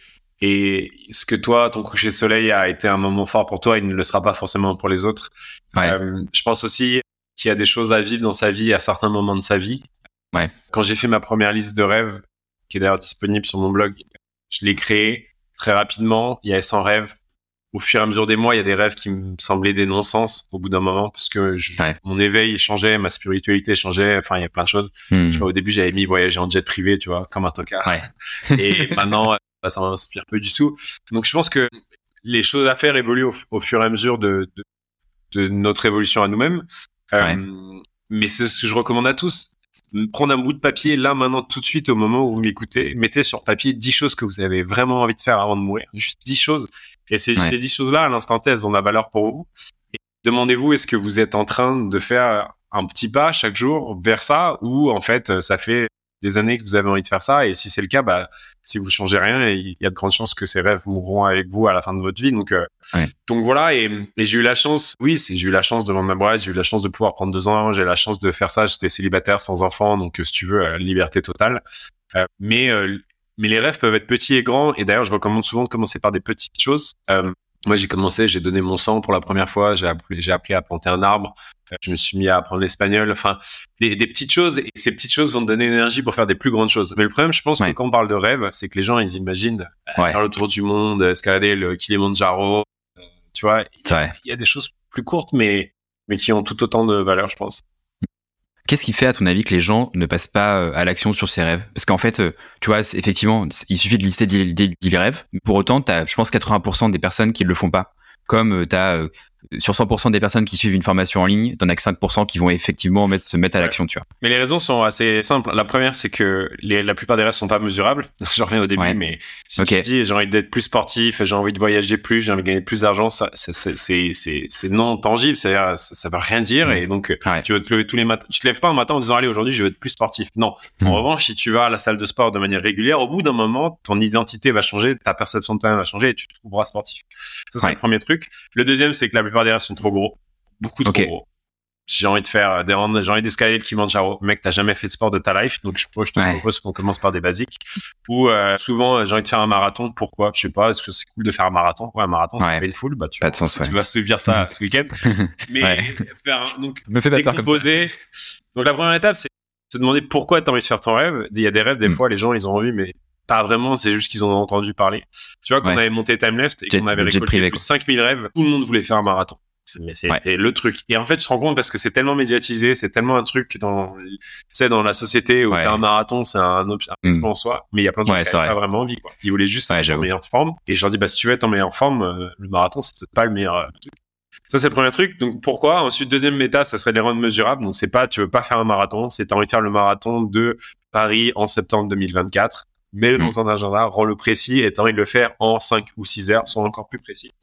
et ce que toi, ton coucher de soleil a été un moment fort pour toi, il ne le sera pas forcément pour les autres. Ouais. Euh, je pense aussi qu'il y a des choses à vivre dans sa vie à certains moments de sa vie. Ouais. Quand j'ai fait ma première liste de rêves, qui est d'ailleurs disponible sur mon blog, je l'ai créée très rapidement. Il y avait cent rêves. Au fur et à mesure des mois, il y a des rêves qui me semblaient des non-sens au bout d'un moment, parce que je, ouais. mon éveil changeait, ma spiritualité changeait. Enfin, il y a plein de choses. Mmh. Je sais pas, au début, j'avais mis voyager en jet privé, tu vois, comme un tocard. Ouais. Et maintenant, bah, ça m'inspire peu du tout. Donc, je pense que les choses à faire évoluent au, au fur et à mesure de, de, de notre évolution à nous-mêmes. Ouais. Euh, mais c'est ce que je recommande à tous. Prendre un bout de papier, là, maintenant, tout de suite, au moment où vous m'écoutez, mettez sur papier dix choses que vous avez vraiment envie de faire avant de mourir. Juste dix choses. Et ces, ouais. ces dix choses-là, à l'instant T, elles ont de la valeur pour vous. Et demandez-vous, est-ce que vous êtes en train de faire un petit pas chaque jour vers ça, ou en fait, ça fait des années que vous avez envie de faire ça, et si c'est le cas, bah, si vous changez rien, il y a de grandes chances que ces rêves mourront avec vous à la fin de votre vie. Donc, euh, ouais. donc voilà, et, et j'ai eu la chance, oui, c'est, j'ai eu la chance de vendre ma boîte, j'ai eu la chance de pouvoir prendre deux ans, j'ai eu la chance de faire ça, j'étais célibataire sans enfant, donc si tu veux, la liberté totale. Euh, mais euh, Mais les rêves peuvent être petits et grands. Et d'ailleurs, je recommande souvent de commencer par des petites choses. Euh, moi, j'ai commencé, j'ai donné mon sang pour la première fois. J'ai appris, j'ai appris à planter un arbre. Je me suis mis à apprendre l'espagnol. Enfin, des, des petites choses. Et ces petites choses vont te donner l'énergie pour faire des plus grandes choses. Mais le problème, je pense, ouais. que quand on parle de rêve, c'est que les gens, ils imaginent ouais. faire le tour du monde, escalader le Kilimandjaro. Euh, tu vois, il y, y a des choses plus courtes, mais, mais qui ont tout autant de valeur, je pense. Qu'est-ce qui fait, à ton avis, que les gens ne passent pas à l'action sur ces rêves? Parce qu'en fait, tu vois, effectivement, il suffit de lister des, des, des rêves. Pour autant, t'as, je pense, quatre-vingts pour cent des personnes qui ne le font pas. Comme t'as, sur cent pour cent des personnes qui suivent une formation en ligne, t'en as que cinq pour cent qui vont effectivement mettre, se mettre à ouais. l'action, tu vois. Mais les raisons sont assez simples. La première, c'est que les, la plupart des rêves sont pas mesurables. Je reviens au début, ouais. mais si okay. tu dis j'ai envie d'être plus sportif, j'ai envie de voyager plus, j'ai envie de gagner plus d'argent, ça, c'est, c'est, c'est, c'est, c'est non tangible. C'est-à-dire, ça, ça veut rien dire. Mmh. Et donc, ouais. tu veux te lever tous les matins. Tu te lèves pas un matin en disant allez, aujourd'hui, je veux être plus sportif. Non. Mmh. En revanche, si tu vas à la salle de sport de manière régulière, au bout d'un moment, ton identité va changer, ta perception de toi-même va changer et tu te trouveras sportif. Ça, c'est ouais. le premier truc. Le deuxième, c'est que la plupart des rêves sont trop gros. Beaucoup trop okay. gros. J'ai envie de faire des rangs, j'ai envie d'escalader le Kilimandjaro. Mec, t'as jamais fait de sport de ta life, donc je, je te ouais. propose qu'on commence par des basiques. Ou euh, souvent, j'ai envie de faire un marathon. Pourquoi? Je sais pas. Est-ce que c'est cool de faire un marathon? Ouais, un marathon, ouais. c'est painful. Bah, tu, pas de sens, tu ouais. vas suivre ça ce week-end. Mais ouais. faire, donc, me fais pas peur comme ça. Donc la première étape, c'est se demander pourquoi t'as envie de faire ton rêve. Il y a des rêves, des mm. fois, les gens, ils ont envie, mais pas vraiment. C'est juste qu'ils en ont entendu parler. Tu vois, quand ouais. on avait monté Timeleft et qu'on avait récolté privé, plus cinq mille rêves, tout le monde voulait faire un marathon. Mais c'était ouais. le truc. Et en fait, tu te rends compte parce que c'est tellement médiatisé, c'est tellement un truc dans, c'est dans la société où ouais. faire un marathon, c'est un, un exploit mm. en soi. Mais il y a plein de gens ouais, qui n'avaient pas vraiment envie, quoi. Ils voulaient juste ouais, être en meilleure forme. Et je leur dis, bah, si tu veux être en meilleure forme, euh, le marathon, c'est peut-être pas le meilleur euh, truc. Ça, c'est le premier truc. Donc, pourquoi? Ensuite, deuxième étape, ça serait les rendre mesurables. Donc, c'est pas, tu veux pas faire un marathon, c'est t'as envie de faire le marathon de Paris en septembre deux mille vingt-quatre. Mets-le mmh. dans un agenda, rends-le précis et t'as envie de le faire en cinq ou six heures, sois encore plus précis.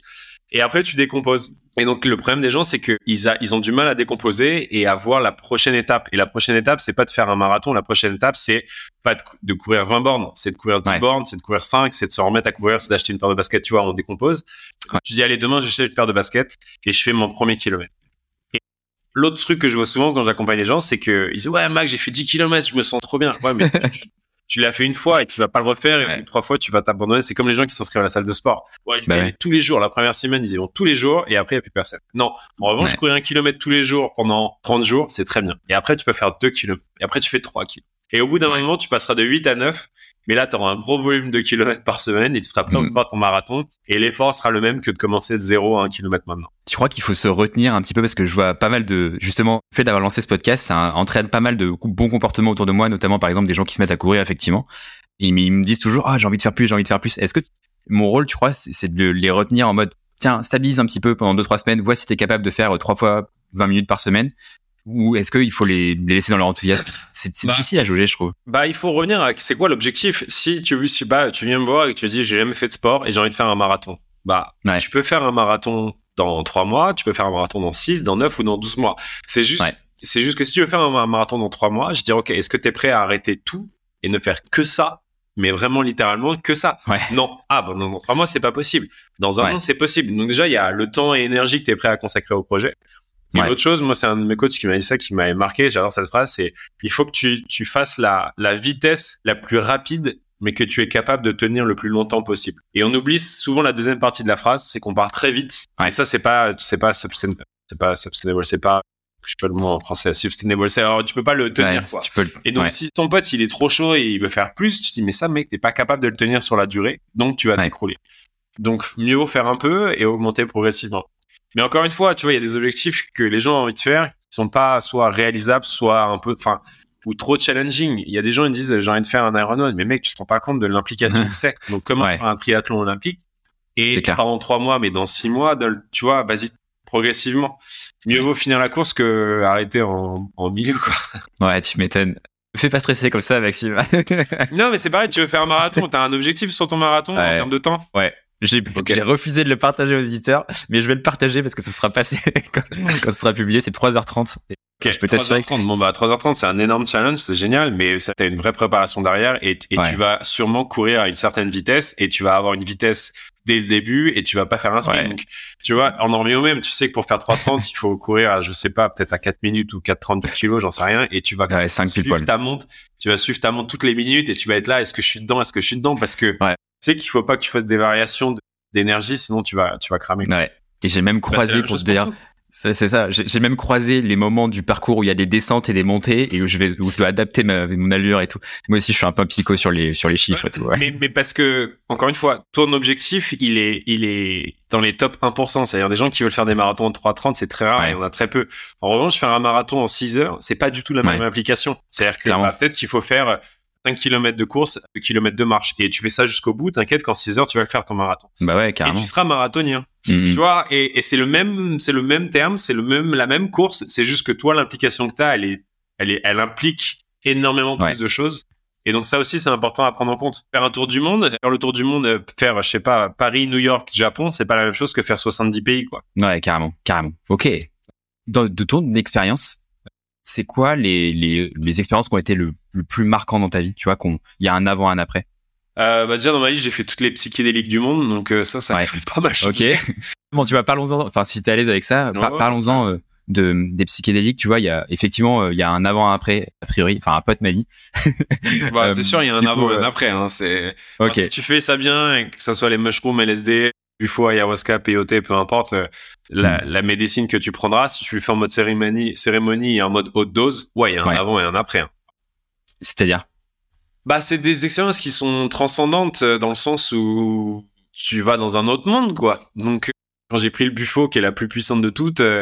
Et après, tu décomposes. Et donc, le problème des gens, c'est qu'ils a, ils ont du mal à décomposer et à voir la prochaine étape. Et la prochaine étape, c'est pas de faire un marathon. La prochaine étape, c'est pas de, de courir vingt bornes. C'est de courir dix ouais. bornes, c'est de courir cinq, c'est de se remettre à courir, c'est d'acheter une paire de baskets. Tu vois, on décompose. Ouais. Tu dis, allez, demain, j'achète une paire de baskets et je fais mon premier kilomètre. Et l'autre truc que je vois souvent quand j'accompagne les gens, c'est qu'ils disent, ouais, Mac, j'ai fait dix kilomètres, je me sens trop bien. Ouais, mais tu, tu l'as fait une fois et tu vas pas le refaire et ouais. trois fois tu vas t'abandonner. C'est comme les gens qui s'inscrivent à la salle de sport. Ouais, je vais bah aller ouais. tous les jours. La première semaine, ils y vont tous les jours et après, il n'y a plus personne. Non. En revanche, ouais. courir un kilomètre tous les jours pendant trente jours, c'est très bien. Et après, tu peux faire deux kilomètres. Et après, tu fais trois kilomètres. Et au bout d'un ouais. moment, tu passeras de huit à neuf. Mais là, tu auras un gros volume de kilomètres par semaine et tu seras prêt mmh. à faire ton marathon. Et l'effort sera le même que de commencer de zéro à un kilomètre maintenant. Tu crois qu'il faut se retenir un petit peu parce que je vois pas mal de, justement, le fait d'avoir lancé ce podcast, ça entraîne pas mal de bons comportements autour de moi, notamment par exemple des gens qui se mettent à courir effectivement. Et ils me disent toujours, ah, oh, j'ai envie de faire plus, j'ai envie de faire plus. Est-ce que mon rôle, tu crois, c'est de les retenir en mode, tiens, stabilise un petit peu pendant deux, trois semaines, vois si t'es capable de faire trois fois vingt minutes par semaine. Ou est-ce qu'il faut les, les laisser dans leur enthousiasme? C'est, c'est bah, difficile à jauger, je trouve. Bah, il faut revenir à c'est quoi l'objectif? Si tu, si, bah, tu viens me voir et que tu dis, j'ai jamais fait de sport et j'ai envie de faire un marathon. Bah, ouais. tu peux faire un marathon dans trois mois, tu peux faire un marathon dans six, dans neuf ou dans douze mois. C'est juste, ouais. c'est juste que si tu veux faire un, un marathon dans trois mois, je dis, OK, est-ce que t'es prêt à arrêter tout et ne faire que ça? Mais vraiment littéralement que ça. Ouais. Non. Ah, bon, dans trois mois, c'est pas possible. Dans un ouais. an, c'est possible. Donc déjà, il y a le temps et l'énergie que t'es prêt à consacrer au projet. Et ouais. l'autre chose, moi, c'est un de mes coachs qui m'a dit ça, qui m'avait marqué. J'adore cette phrase. C'est, il faut que tu, tu fasses la, la vitesse la plus rapide, mais que tu es capable de tenir le plus longtemps possible. Et on oublie souvent la deuxième partie de la phrase, c'est qu'on part très vite. Ouais. Et ça, c'est pas, c'est pas, c'est pas sustainable, c'est pas, je sais pas le mot en français, sustainable. C'est, alors, tu peux pas le tenir, ouais, quoi. Si tu peux le... Et donc, ouais. si ton pote, il est trop chaud et il veut faire plus, tu te dis, mais ça, mec, t'es pas capable de le tenir sur la durée. Donc, tu vas ouais. t'écrouler. Donc, mieux vaut faire un peu et augmenter progressivement. Mais encore une fois, tu vois, il y a des objectifs que les gens ont envie de faire qui sont pas soit réalisables, soit un peu, enfin, ou trop challenging. Il y a des gens qui disent, j'ai envie de faire un Ironman, mais mec, tu te rends pas compte de l'implication que c'est. Donc, comment ouais. faire un triathlon olympique? Et pas dans trois mois, mais dans six mois, de, tu vois, vas-y, progressivement. Mieux vaut finir la course que arrêter en, en milieu, quoi. Ouais, tu m'étonnes. Fais pas stresser comme ça, Maxime. Non, mais c'est pareil, tu veux faire un marathon, t'as un objectif sur ton marathon ouais. en termes de temps. Ouais. J'ai, okay. j'ai refusé de le partager aux éditeurs, mais je vais le partager parce que ça sera passé quand, quand ce sera publié, c'est trois heures trente. Ok, je peux t'assurer. trois heures trente, bon bah trois heures trente, c'est un énorme challenge, c'est génial, mais ça, t'as une vraie préparation derrière et, et ouais. tu vas sûrement courir à une certaine vitesse et tu vas avoir une vitesse dès le début et tu vas pas faire un sprint. Ouais. Donc, tu vois, en en revient au même, tu sais que pour faire trois heures trente, il faut courir à, je sais pas, peut-être à quatre minutes ou quatre heures trente kilos, j'en sais rien, et tu vas ouais, suivre ta montre, tu vas suivre ta montre toutes les minutes et tu vas être là, est-ce que je suis dedans, est-ce que je suis dedans, parce que ouais. tu sais qu'il faut pas que tu fasses des variations de, d'énergie, sinon tu vas, tu vas cramer. Ouais. Et j'ai même croisé, bah, pour te dire, c'est, c'est ça, j'ai, j'ai même croisé les moments du parcours où il y a des descentes et des montées et où je vais, où je dois adapter ma, mon allure et tout. Moi aussi, je suis un peu psycho sur les, sur les chiffres ouais, et tout. Ouais. Mais, mais parce que, encore une fois, ton objectif, il est, il est dans les top un pour cent. C'est-à-dire des gens qui veulent faire des marathons en trois heures trente, c'est très rare ouais. et on a très peu. En revanche, faire un marathon en six heures, c'est pas du tout la même ouais. application. C'est-à-dire que, bah, peut-être qu'il faut faire cinq kilomètres de course, deux kilomètres de marche. Et tu fais ça jusqu'au bout, t'inquiète qu'en six heures, tu vas le faire ton marathon. Bah ouais, carrément. Et tu seras marathonien. Mmh. Tu vois, et, et c'est le même, c'est le même terme, c'est le même, la même course. C'est juste que toi, l'implication que t'as, elle est, elle est, elle implique énormément plus ouais. de choses. Et donc ça aussi, c'est important à prendre en compte. Faire un tour du monde, faire le tour du monde, faire, je sais pas, Paris, New York, Japon, c'est pas la même chose que faire soixante-dix pays, quoi. Ouais, carrément, carrément. Ok. Dans, de ton expérience, c'est quoi les, les, les expériences qui ont été le, le plus marquant dans ta vie? Tu vois, qu'on, il y a un avant, un après. Euh, bah déjà dans ma vie j'ai fait toutes les psychédéliques du monde, donc euh, ça ça ouais. a pas mal changé. Ok. Bon, tu vois, parlons-en. Enfin, si t'es à l'aise avec ça, par, ouais, parlons-en euh, de des psychédéliques. Tu vois, il y a effectivement euh, il y a un avant un après a priori. Enfin, un pote m'a dit. Bah, c'est sûr, il y a un avant et un après. Hein. C'est. Ok. Si tu fais ça bien, et que ça soit les mushrooms, L S D, U F O, ayahuasca, peyote, peu importe, euh, la, mm. la médecine que tu prendras, si tu le fais en mode cérémonie, cérémonie et en mode haute dose, ouais, il y a un ouais. avant et un après. Hein. C'est-à-dire. Bah, c'est des expériences qui sont transcendantes dans le sens où tu vas dans un autre monde, quoi. Donc, quand j'ai pris le Bufo, qui est la plus puissante de toutes, euh,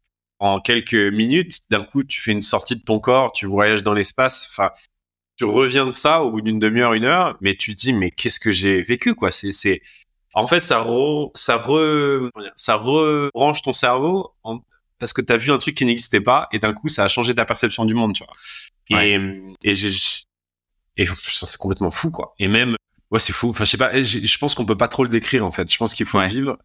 en quelques minutes, d'un coup, tu fais une sortie de ton corps, tu voyages dans l'espace. Enfin, tu reviens de ça au bout d'une demi-heure, une heure, mais tu te dis, mais qu'est-ce que j'ai vécu, quoi. C'est, c'est, en fait, ça re, ça re, ça rebranche ton cerveau en, parce que t'as vu un truc qui n'existait pas et d'un coup, ça a changé ta perception du monde, tu vois. Ouais. Et, et j'ai, Et c'est complètement fou, quoi. Et même, ouais, c'est fou. Enfin, je sais pas, je, je pense qu'on peut pas trop le décrire, en fait. Je pense qu'il faut ouais. le vivre.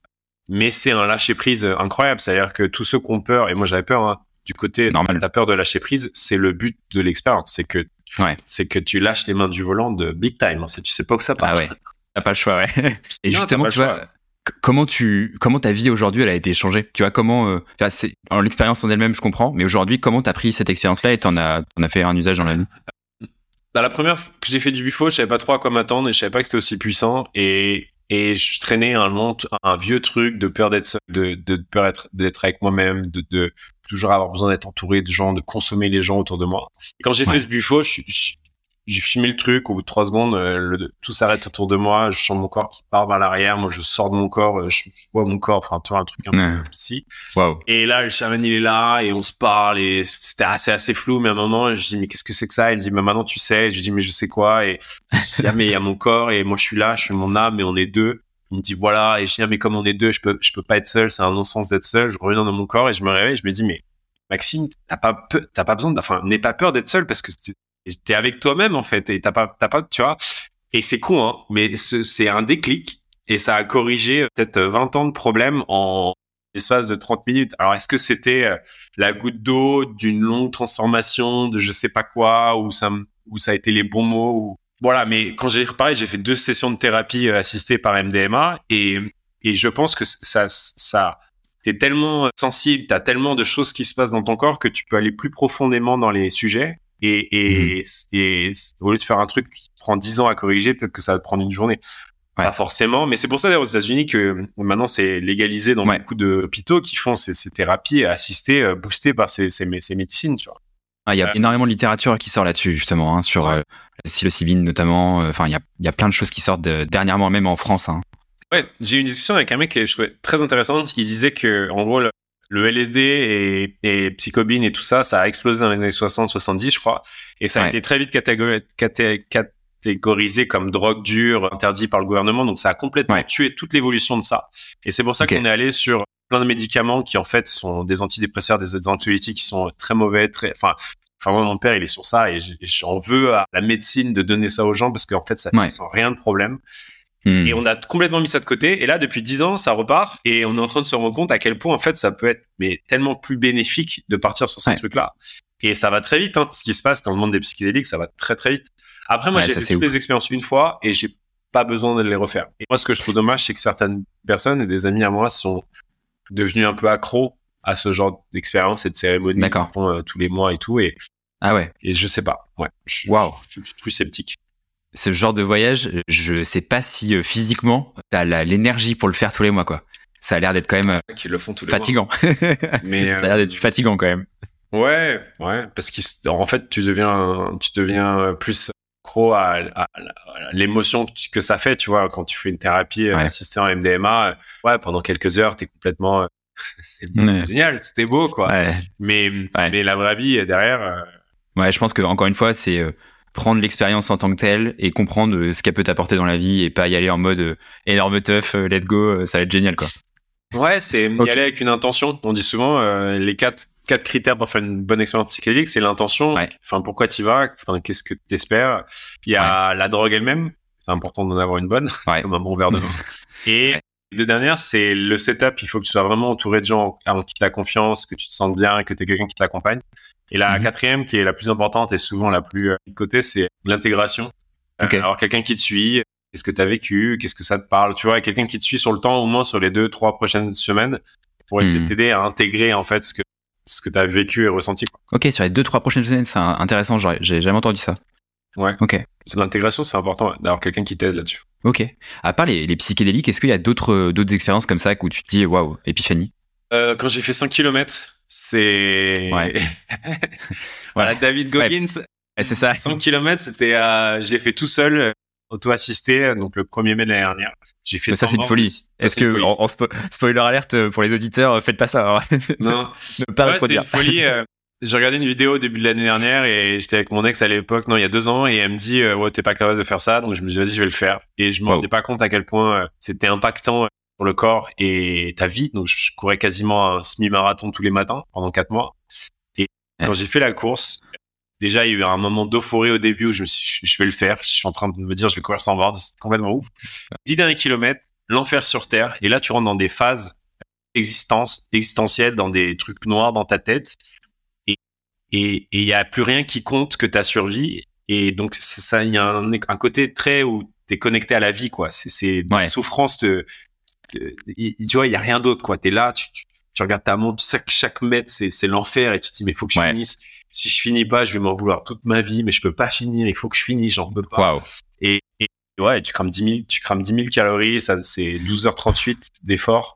mais c'est un lâcher prise incroyable. C'est-à-dire que tous ceux qui ont peur, et moi j'avais peur, hein, du côté, normal, t'as peur de lâcher prise, c'est le but de l'expérience, c'est que ouais. c'est que tu lâches les mains du volant de big time. C'est, tu sais pas où ça part. Ah ouais, t'as pas le choix, ouais. Et non, justement, tu vois, c- comment tu, comment ta vie aujourd'hui, elle a été changée. Tu vois, comment, euh, tu vois, c'est, alors, l'expérience en elle-même, je comprends, mais aujourd'hui, comment t'as pris cette expérience-là et t'en as, t'en as fait un usage dans la vie? Bah, la première fois que j'ai fait du buffo, je savais pas trop à quoi m'attendre et je savais pas que c'était aussi puissant et et je traînais un long, un vieux truc de peur d'être seul, de de peur d'être d'être avec moi-même, de de toujours avoir besoin d'être entouré de gens, de consommer les gens autour de moi. Et quand j'ai ouais. fait ce buffo, je, je, j'ai filmé le truc, au bout de trois secondes, euh, le, tout s'arrête autour de moi, je sens mon corps qui part vers l'arrière, moi je sors de mon corps, je, je vois mon corps, enfin tu vois un truc un ouais. peu psy. Wow. Et là le chaman il est là et on se parle et c'était assez assez flou, mais à un moment je dis mais qu'est-ce que c'est que ça? Il me dit mais maintenant tu sais, je dis mais je sais quoi? Et je dis ah mais il y a mon corps et moi je suis là, je suis mon âme et on est deux. Il me dit voilà, et je dis ah mais comme on est deux, je peux je peux pas être seul, c'est un non-sens d'être seul. Je reviens dans mon corps et je me réveille, je me dis mais Maxime, t'as pas peu, t'as pas besoin, enfin n'aie pas peur d'être seul parce que t'es, t'es avec toi-même en fait et t'as pas t'as pas tu vois. Et c'est con hein, mais ce, c'est un déclic et ça a corrigé peut-être vingt ans de problèmes en l'espace de trente minutes. Alors est-ce que c'était la goutte d'eau d'une longue transformation de je sais pas quoi ou ça ou ça a été les bons mots ou voilà, mais quand j'ai reparé, j'ai fait deux sessions de thérapie assistées par M D M A et et je pense que ça ça t'es tellement sensible, t'as tellement de choses qui se passent dans ton corps que tu peux aller plus profondément dans les sujets et, et, mmh. et, et au lieu de faire un truc qui prend dix ans à corriger, peut-être que ça va te prendre une journée. Ouais. Pas forcément, mais c'est pour ça d'ailleurs aux États-Unis que maintenant c'est légalisé dans ouais. beaucoup d'hôpitaux qui font ces, ces thérapies assistées, euh, boostées par ces, ces, ces médecines, tu vois. Il ah, y a euh, énormément de littérature qui sort là-dessus, justement, hein, sur ouais. euh, la psilocybine notamment. Enfin, il y a, y a plein de choses qui sortent de, dernièrement, même en France. Hein. Ouais, j'ai eu une discussion avec un mec que je trouvais très intéressante. Il disait que, en gros, le, le L S D et, et psychobine et tout ça, ça a explosé dans les années soixante soixante-dix, je crois. Et ça a ouais. été très vite catégori- caté- catégorisé comme drogue dure, interdit par le gouvernement. Donc, ça a complètement ouais. tué toute l'évolution de ça. Et c'est pour ça okay. qu'on est allé sur plein de médicaments qui, en fait, sont des antidépresseurs, des anxiolytiques qui sont très mauvais, très, enfin, Enfin, moi, mon père, il est sur ça et j'en veux à la médecine de donner ça aux gens parce qu'en fait, ça ouais. fait sans rien de problème. Mmh. Et on a complètement mis ça de côté. Et là, depuis dix ans, ça repart. Et on est en train de se rendre compte à quel point, en fait, ça peut être mais tellement plus bénéfique de partir sur ces ouais. trucs-là. Et ça va très vite. Hein. Ce qui se passe dans le monde des psychédéliques, ça va très, très vite. Après, moi, ouais, j'ai fait toutes les expériences une fois et j'ai pas besoin de les refaire. Et moi, ce que je trouve dommage, c'est que certaines personnes et des amis à moi sont devenus un peu accros à ce genre d'expérience et de cérémonie qu'ils font euh, tous les mois et tout. Et, ah ouais. Et je sais pas. Ouais. Je, wow. je, je suis plus sceptique. Ce genre de voyage, je sais pas si euh, physiquement t'as la, l'énergie pour le faire tous les mois, quoi. Ça a l'air d'être quand même euh, qu'ils le font tous les fatigant. Mais ça a l'air d'être fatigant quand même. Ouais, ouais, parce qu'en fait, tu deviens, tu deviens plus accro à, à, à l'émotion que ça fait, tu vois, quand tu fais une thérapie ouais. assistée en M D M A. Ouais, pendant quelques heures, t'es complètement, c'est, c'est ouais. génial, tout est beau, quoi. Ouais. Mais, ouais. mais la vraie vie derrière. Euh... Ouais, je pense que encore une fois, c'est euh, prendre l'expérience en tant que telle et comprendre euh, ce qu'elle peut t'apporter dans la vie et pas y aller en mode euh, énorme teuf, euh, let's go, euh, ça va être génial, quoi. Ouais, c'est okay. y aller avec une intention. On dit souvent euh, les quatre quatre critères pour faire une bonne expérience psychédélique, c'est l'intention. Ouais. Enfin, pourquoi t'y vas. Enfin, qu'est-ce que t'espères. Il y a ouais. la drogue elle-même. C'est important d'en avoir une bonne. Ouais. C'est comme un bon verre de vin. Et ouais. les deux dernières, c'est le setup. Il faut que tu sois vraiment entouré de gens en qui tu as confiance, que tu te sentes bien, que tu aies quelqu'un qui t'accompagne. Et la mm-hmm. quatrième, qui est la plus importante et souvent la plus euh, côté, c'est l'intégration. Okay. Euh, alors, quelqu'un qui te suit. Qu'est-ce que tu as vécu? Qu'est-ce que ça te parle? Tu vois, et quelqu'un qui te suit sur le temps, au moins sur les deux, trois prochaines semaines, pour essayer mmh. de t'aider à intégrer, en fait, ce que, ce que tu as vécu et ressenti, quoi. Ok, sur les deux, trois prochaines semaines, c'est intéressant. Genre, j'ai jamais entendu ça. Ouais. Ok. C'est l'intégration, c'est important d'avoir quelqu'un qui t'aide là-dessus. Ok. À part les, les psychédéliques, est-ce qu'il y a d'autres, d'autres expériences comme ça où tu te dis, waouh, épiphanie? Euh, quand j'ai fait cinq kilomètres, c'est. Ouais. Voilà, David Goggins. Ouais. Ouais, c'est ça. cinq kilomètres, c'était, euh, je l'ai fait tout seul. Auto-assisté, donc le premier mai de l'année dernière. J'ai fait ça, c'est une folie. Ça, Est-ce que, folie. En, en spo- spoiler alerte pour les auditeurs, faites pas ça. Hein. Non. Ne pas ouais, c'était une folie. Euh, j'ai regardé une vidéo au début de l'année dernière et j'étais avec mon ex à l'époque, non, il y a deux ans, et elle me dit, euh, ouais, t'es pas capable de faire ça. Donc je me dis, vas-y, je vais le faire. Et je me wow. rendais pas compte à quel point euh, c'était impactant sur le corps et ta vie. Donc je courais quasiment un semi-marathon tous les matins pendant quatre mois. Et ouais. quand j'ai fait la course, déjà, il y a eu un moment d'euphorie au début où je me suis dit, je vais le faire. Je suis en train de me dire, je vais courir sans borne. C'est complètement ouf. Dix derniers kilomètres, l'enfer sur terre. Et là, tu rentres dans des phases existence, existentielle, dans des trucs noirs dans ta tête. Et et il y a plus rien qui compte que ta survie. Et donc c'est ça, il y a un, un côté très où t'es connecté à la vie, quoi. C'est, c'est Ouais. la souffrance de, de, de- tu vois, il y a rien d'autre, quoi. T'es là, tu, tu, tu regardes ta montre, tu sais que chaque mètre c'est c'est l'enfer et tu te dis mais faut que je Ouais. finisse. Si je finis pas, je vais m'en vouloir toute ma vie, mais je peux pas finir. Il faut que je finisse, j'en peux pas. Waouh. Et, et ouais, tu crames dix mille, tu crames dix mille calories, ça, c'est douze heures trente-huit d'effort.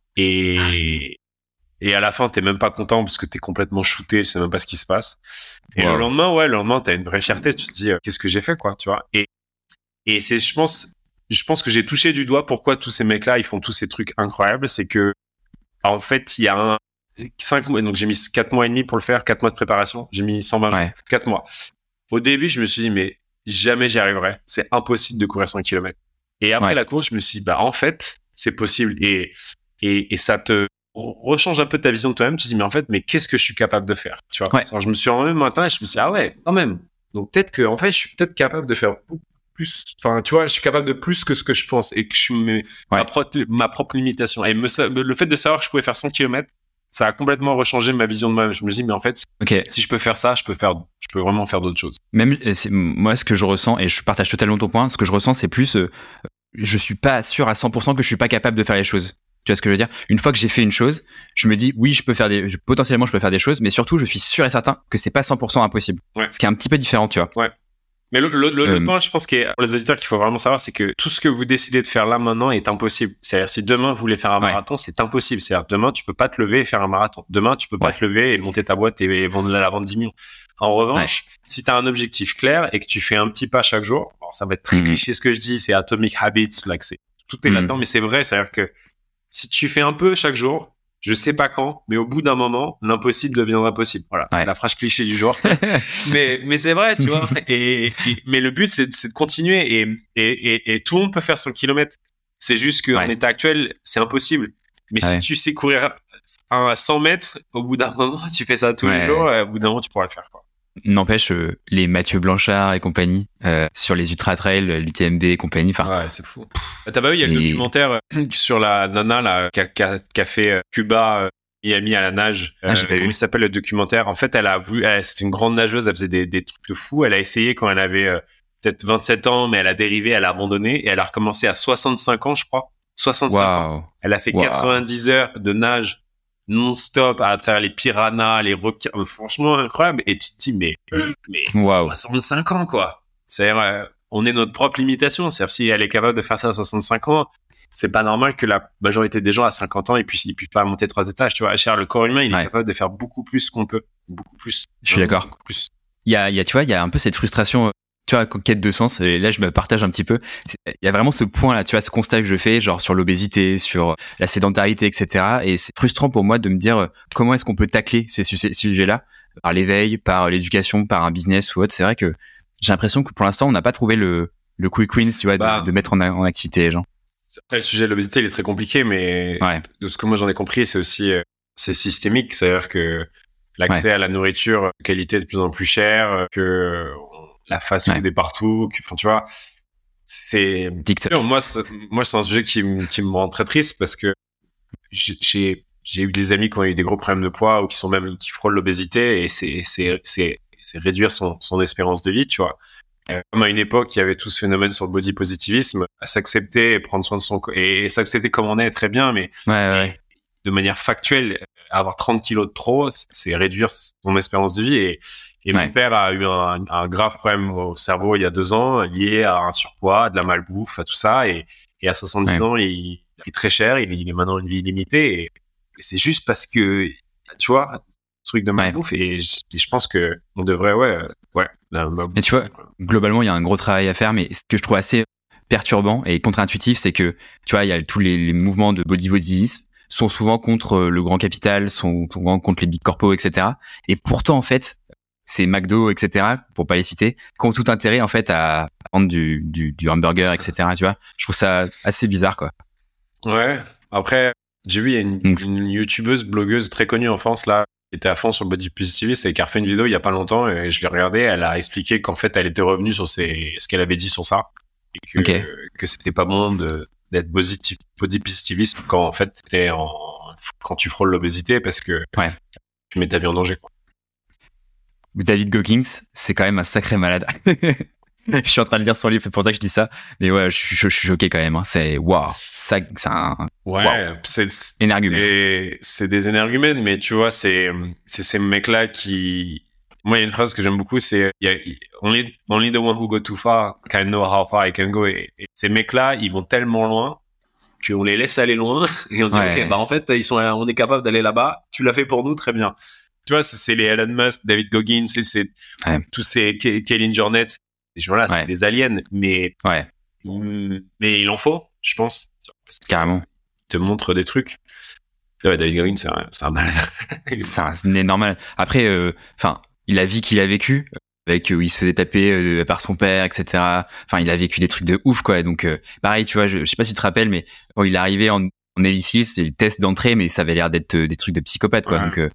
Et, et à la fin, t'es même pas content parce que t'es complètement shooté, tu sais même pas ce qui se passe. Et Wow. le lendemain, ouais, le lendemain, t'as une vraie fierté, tu te dis, euh, qu'est-ce que j'ai fait, quoi, tu vois. Et, et c'est, je pense, je pense que j'ai touché du doigt pourquoi tous ces mecs-là, ils font tous ces trucs incroyables. C'est que, en fait, il y a un, cinq mois, donc j'ai mis quatre mois et demi pour le faire, quatre mois de préparation, j'ai mis cent vingt jours, Ouais. quatre mois. Au début, je me suis dit, mais jamais j'y arriverai. C'est impossible de courir cent kilomètres. Et après Ouais. la course, je me suis dit, bah, en fait, c'est possible. Et, et, et ça te rechange un peu ta vision de toi-même. Tu te dis, mais en fait, mais qu'est-ce que je suis capable de faire? Tu vois? Ouais. Alors, je me suis rendu le matin et je me suis dit, ah ouais, quand même. Donc, peut-être que, en fait, je suis peut-être capable de faire beaucoup plus. Enfin, tu vois, je suis capable de plus que ce que je pense et que je suis mes- Ouais. ma, pro- ma propre limitation. Et me, sa- le fait de savoir que je pouvais faire cent kilomètres, ça a complètement rechangé ma vision de moi-même. Je me dis, mais en fait, Ok. si je peux faire ça, je peux faire, je peux vraiment faire d'autres choses. Même euh, c'est, moi, ce que je ressens, et je partage totalement ton point, ce que je ressens, c'est plus, euh, je suis pas sûr à cent pour cent que je suis pas capable de faire les choses. Tu vois ce que je veux dire? Une fois que j'ai fait une chose, je me dis, oui, je peux faire des, je- potentiellement, je peux faire des choses, mais surtout, je suis sûr et certain que c'est pas cent pour cent impossible. Ouais. Ce qui est un petit peu différent, tu vois. Mais le, le, le, Euh, le point, je pense, que pour les auditeurs, qu'il faut vraiment savoir, c'est que tout ce que vous décidez de faire là maintenant est impossible. C'est-à-dire, si demain vous voulez faire un Ouais. marathon, c'est impossible. C'est-à-dire, demain, tu peux pas te lever et faire un marathon. Demain, tu peux pas Ouais. te lever et monter ta boîte et, et vendre la vendre dix millions. En revanche, si tu as un objectif clair et que tu fais un petit pas chaque jour, alors ça va être très Mhm. cliché ce que je dis, c'est Atomic Habits, là, que c'est, tout est Mhm. là-dedans, mais c'est vrai. C'est-à-dire que si tu fais un peu chaque jour, je sais pas quand, mais au bout d'un moment, l'impossible deviendra possible. Voilà, Ouais. c'est la phrase cliché du jour. mais mais c'est vrai, tu vois. Et, et- mais le but, c'est, de- c'est de continuer. Et, et, et, et tout le monde peut faire cent kilomètres. C'est juste qu'en Ouais. état actuel, c'est impossible. Mais Ouais. si tu sais courir un à cent mètres, au bout d'un moment, tu fais ça tous les Ouais. jours, et au bout d'un moment, tu pourras le faire, quoi. N'empêche, euh, les Mathieu Blanchard et compagnie, euh, sur les ultra trails, l'U T M B et compagnie, enfin, Ouais, c'est fou. T'as pas vu, il y a le Mais- documentaire euh, sur la nana là, qui, a, qui a- qui a fait euh, Cuba, euh, Miami à la nage. Ah, j'ai pas comment vu. il s'appelle le documentaire? En fait, elle a voulu, elle, c'était une grande nageuse, elle faisait des, des trucs de fou. Elle a essayé quand elle avait euh, peut-être vingt-sept ans, mais elle a dérivé, elle a abandonné et elle a recommencé à soixante-cinq ans, je crois. soixante-cinq ans. waouh. Elle a fait Wow. quatre-vingt-dix heures de nage non-stop à travers les piranhas, les requins. Euh, Franchement, incroyable. Et tu te dis, mais, mais Wow. soixante-cinq ans, quoi. C'est-à-dire, euh, on est notre propre limitation. C'est-à-dire, si elle est capable de faire ça à soixante-cinq ans, c'est pas normal que la majorité des gens à cinquante ans, ils puissent, ils puissent pas monter trois étages. Tu vois, cher, le corps humain, il est Ouais. capable de faire beaucoup plus qu'on peut. Beaucoup plus. Je suis Vraiment d'accord. beaucoup plus. Il y a, il y a, tu vois, il y a un peu cette frustration, euh, tu vois, quête de sens. Et là, je me partage un petit peu. C'est- Il y a vraiment ce point-là, tu vois, ce constat que je fais, genre sur l'obésité, sur la sédentarité, et cetera. Et c'est frustrant pour moi de me dire euh, comment est-ce qu'on peut tacler ces, su- ces sujets-là par l'éveil, par l'éducation, par un business ou autre. C'est vrai que j'ai l'impression que pour l'instant, on n'a pas trouvé le, le quick wins, tu vois, de, Bah. de mettre en, a- en activité les gens. Après, le sujet de l'obésité, il est très compliqué, mais Ouais. de ce que moi j'en ai compris, c'est aussi euh, c'est systémique. C'est-à-dire que l'accès à la nourriture de qualité est de plus en plus cher, euh, que euh, la fast-food Ouais. est partout. Que, enfin, tu vois, c'est TikTok. moi, c'est, moi, c'est un sujet qui, me- qui me rend très triste parce que j'ai j'ai j'ai eu des amis qui ont eu des gros problèmes de poids ou qui sont même qui frôlent l'obésité et c'est c'est c'est c'est réduire son son espérance de vie, tu vois. Euh, Comme à une époque, il y avait tout ce phénomène sur le body positivisme, à s'accepter et prendre soin de son corps et, et s'accepter comme on est très bien, mais Ouais, ouais, ouais. de manière factuelle, avoir trente kilos de trop, c'est réduire son espérance de vie. Et, et Ouais. mon père a eu un, un grave problème au cerveau il y a deux ans, lié à un surpoids, à de la malbouffe, à tout ça. Et, et à soixante-dix Ouais. ans, il, il est très cher, il, il est maintenant une vie limitée. Et, et c'est juste parce que, tu vois, truc de malbouffe. Et, je- et je pense que on devrait, ouais, ouais. la malbouffe, Mais tu vois, quoi. globalement, il y a un gros travail à faire, mais ce que je trouve assez perturbant et contre-intuitif, c'est que, tu vois, il y a tous les, les mouvements de body bodyisme sont souvent contre le grand capital, sont souvent contre les big corpos, et cetera. Et pourtant, en fait, c'est McDo, et cetera, pour pas les citer, qui ont tout intérêt, en fait, à vendre du, du, du hamburger, et cetera. Tu vois, je trouve ça assez bizarre, quoi. Ouais. Après, j'ai vu, il y a une, Donc- une youtubeuse, blogueuse très connue en France, là, qui était à fond sur le body positivisme et qui a refait une vidéo il y a pas longtemps et je l'ai regardée. Elle a expliqué qu'en fait, elle était revenue sur ses, ce qu'elle avait dit sur ça. Et que, Ok. que c'était pas bon de, d'être body, body positivisme quand en fait, t'étais en quand tu frôles l'obésité parce que ouais. tu mets ta vie en danger, quoi. David Goggins, c'est quand même un sacré malade. Je suis en train de lire son livre, c'est pour ça que je dis ça. Mais ouais, je, je, je suis choqué quand même. Hein. C'est waouh, ça, c'est un ouais, wow. c'est, c'est énergumène. Des, c'est des énergumènes, mais tu vois, c'est, c'est ces mecs-là qui. Moi, il y a une phrase que j'aime beaucoup, c'est y a, only, only the one who go too far can know how far I can go. Et, et ces mecs-là, ils vont tellement loin qu'on les laisse aller loin et on dit ouais. ok, bah en fait, ils sont, on est capable d'aller là-bas. Tu l'as fait pour nous, très bien. Tu vois, c'est, c'est les Elon Musk, David Goggins, c'est, c'est ouais. tous ces Kelly Jornet. Ces gens-là, ouais. c'est des aliens, mais ouais. mais il en faut, je pense. Carrément. Il te montre des trucs. Ouais, David Goggins, c'est un, c'est un malade. c'est un, c'est normal. Après, enfin, euh, la vie qu'il a vécue, avec où il se faisait taper euh, par son père, et cetera. Enfin, il a vécu des trucs de ouf, quoi. Donc, euh, pareil, tu vois, je, je sais pas si tu te rappelles, mais quand il est arrivé en, en Navy Seals, c'est le test d'entrée, mais ça avait l'air d'être des trucs de psychopathe, quoi. Ouais. Donc, euh,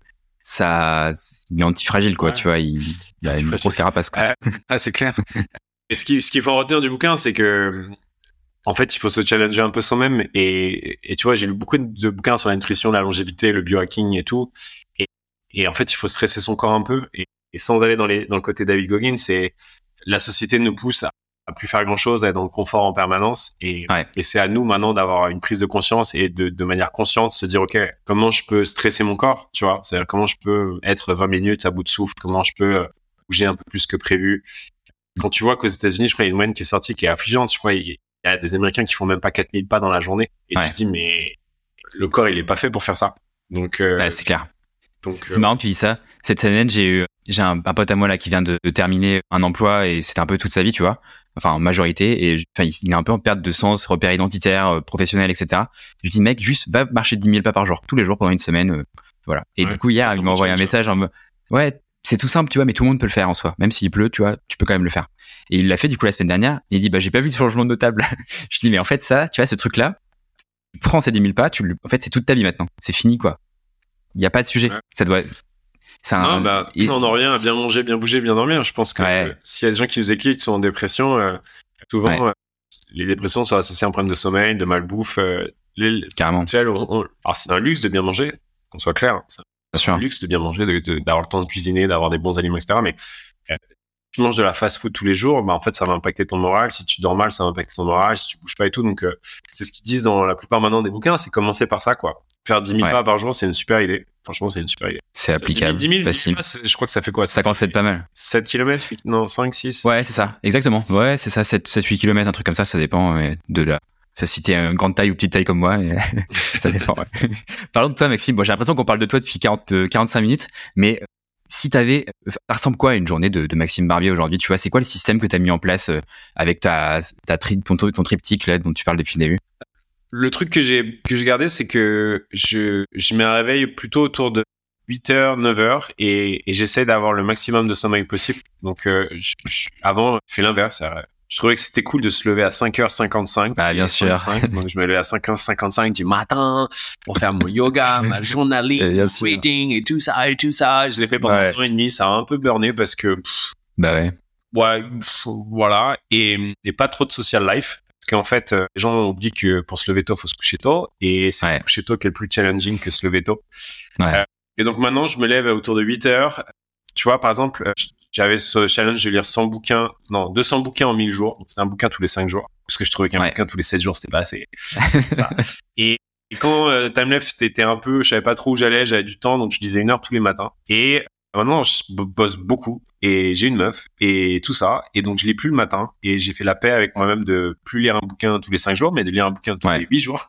ça, il est antifragile, quoi. Ouais. Tu vois, il, il a une grosse carapace, quoi. Ah, ah c'est clair. Et ce qui, ce qu'il faut retenir du bouquin, c'est que, en fait, il faut se challenger un peu soi-même. Et, et tu vois, j'ai lu beaucoup de bouquins sur la nutrition, la longévité, le biohacking et tout. Et, et en fait, il faut stresser son corps un peu. Et, et sans aller dans, les, dans le côté David Goggins, c'est la société nous pousse à, à plus faire grand-chose, à être dans le confort en permanence. Et, ouais. et c'est à nous maintenant d'avoir une prise de conscience et de, de manière consciente se dire, OK, comment je peux stresser mon corps, tu vois? C'est-à-dire comment je peux être vingt minutes à bout de souffle, comment je peux bouger un peu plus que prévu. Quand tu vois qu'aux États-Unis, je crois, il y a une moyenne qui est sortie qui est affligeante. Je crois il y a des Américains qui font même pas quatre mille pas dans la journée. Et ouais. tu te dis, mais le corps, il est pas fait pour faire ça. Donc, euh, ouais, c'est clair. Donc, c'est, euh... c'est marrant que tu dis ça. Cette semaine, j'ai eu, j'ai un, un pote à moi là qui vient de, de terminer un emploi et c'était un peu toute sa vie, tu vois. Enfin, en majorité. Et enfin, il, il est un peu en perte de sens, repère identitaire, euh, professionnel, et cetera. Je lui dis, mec, juste va marcher dix mille pas par jour, tous les jours pendant une semaine. Euh, voilà. Et ouais, du coup, hier, il m'a envoyé un message en mode, ouais, c'est tout simple, tu vois, mais tout le monde peut le faire en soi. Même s'il pleut, tu vois, tu peux quand même le faire. Et il l'a fait, du coup, la semaine dernière. Et il dit, bah, j'ai pas vu de changement de table. Je dis, mais en fait, ça, tu vois, ce truc-là, tu prends ces dix mille pas, tu le... en fait, c'est toute ta vie maintenant. C'est fini, quoi. Il y a pas de sujet. Ouais. Ça doit, c'est un... Non, bah, et... on en revient à bien manger, bien bouger, bien dormir. Je pense que ouais. euh, s'il y a des gens qui nous écoutent qui sont en dépression, euh, souvent, ouais. euh, les dépressions sont associées à un problème de sommeil, de malbouffe. Euh, les... Carrément. Tu sais, on... Alors, c'est un luxe de bien manger, qu'on soit clair. C'est un luxe de bien manger, de, de, d'avoir le temps de cuisiner, d'avoir des bons aliments, et cetera. Mais euh, si tu manges de la fast-food tous les jours, bah, en fait, ça va impacter ton moral. Si tu dors mal, ça va impacter ton moral. Si tu bouges pas et tout. Donc, euh, c'est ce qu'ils disent dans la plupart maintenant des bouquins, c'est commencer par ça, quoi. Faire dix mille ouais. pas par jour, c'est une super idée. Franchement, c'est une super idée. C'est applicable. dix mille, facile. dix mille pas, je crois que ça fait quoi? Ça commence à être pas mal. sept kilomètres? Non, cinq, six? Ouais, c'est ça. Exactement. Ouais, c'est ça. sept, huit kilomètres, un truc comme ça. Ça dépend ouais, de la. Enfin, si t'es une grande taille ou petite taille comme moi, mais ça dépend. Ouais. Parlons de toi, Maxime. Bon, j'ai l'impression qu'on parle de toi depuis quarante, quarante-cinq minutes, mais si t'avais, ça ressemble quoi à une journée de, de Maxime Barbier aujourd'hui? Tu vois, c'est quoi le système que t'as mis en place avec ta, ta tri, ton, ton triptyque là dont tu parles depuis le début? Le truc que j'ai que j'ai gardé, c'est que je je me réveille plutôt autour de huit heures, neuf heures et, et j'essaie d'avoir le maximum de sommeil possible. Donc euh, je, je, avant, je fais l'inverse. Je trouvais que c'était cool de se lever à cinq heures cinquante-cinq. Bah, bien sûr. Donc, je me levais à cinq heures cinquante-cinq du matin pour faire mon yoga, ma journaling, reading et tout ça et tout ça. Je l'ai fait pendant ouais. un an et demi. Ça a un peu burné parce que... Pff, bah ouais. Ouais, pff, voilà. Et, et pas trop de social life. Parce qu'en fait, les gens oublient que pour se lever tôt, il faut se coucher tôt. Et c'est ouais. se coucher tôt qui est le plus challenging que se lever tôt. Ouais. Euh, et donc maintenant, je me lève autour de huit heures. Tu vois, par exemple, j'avais ce challenge de lire cent bouquins, non, deux cents bouquins en mille jours. Donc, c'était un bouquin tous les cinq jours. Parce que je trouvais qu'un ouais. bouquin tous les sept jours, c'était pas assez. ça. Et, et quand euh, Time Left était un peu, je savais pas trop où j'allais, j'avais du temps, donc je lisais une heure tous les matins. Et maintenant, je bosse beaucoup et j'ai une meuf et tout ça. Et donc, je lis plus le matin. Et j'ai fait la paix avec moi-même de plus lire un bouquin tous les cinq jours, mais de lire un bouquin tous ouais. les huit jours.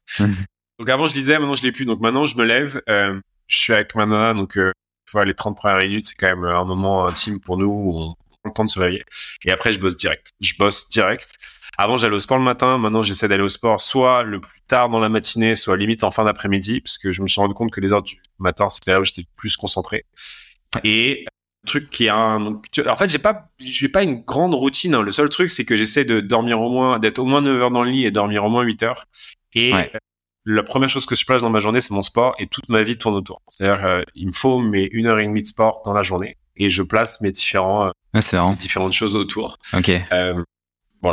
Donc, avant, je lisais, maintenant, je lis plus. Donc, maintenant, je me lève, euh, je suis avec ma nana, donc, euh, tu vois, les trente premières minutes, c'est quand même un moment intime pour nous où on prend le temps de se réveiller. Et après, je bosse direct. Je bosse direct. Avant, j'allais au sport le matin. Maintenant, j'essaie d'aller au sport soit le plus tard dans la matinée, soit limite en fin d'après-midi, parce que je me suis rendu compte que les heures du matin, c'était là où j'étais le plus concentré. Et le truc qui est un... Donc, tu... En fait, j'ai pas, j'ai pas une grande routine. Hein. Le seul truc, c'est que j'essaie de dormir au moins, d'être au moins neuf heures dans le lit et dormir au moins huit heures. Et... Ouais. La première chose que je place dans ma journée, c'est mon sport et toute ma vie tourne autour. C'est-à-dire, euh, il me faut mes une heure et demie de sport dans la journée et je place mes différents, euh, ah, c'est mes différentes choses autour. Ok. Euh, voilà.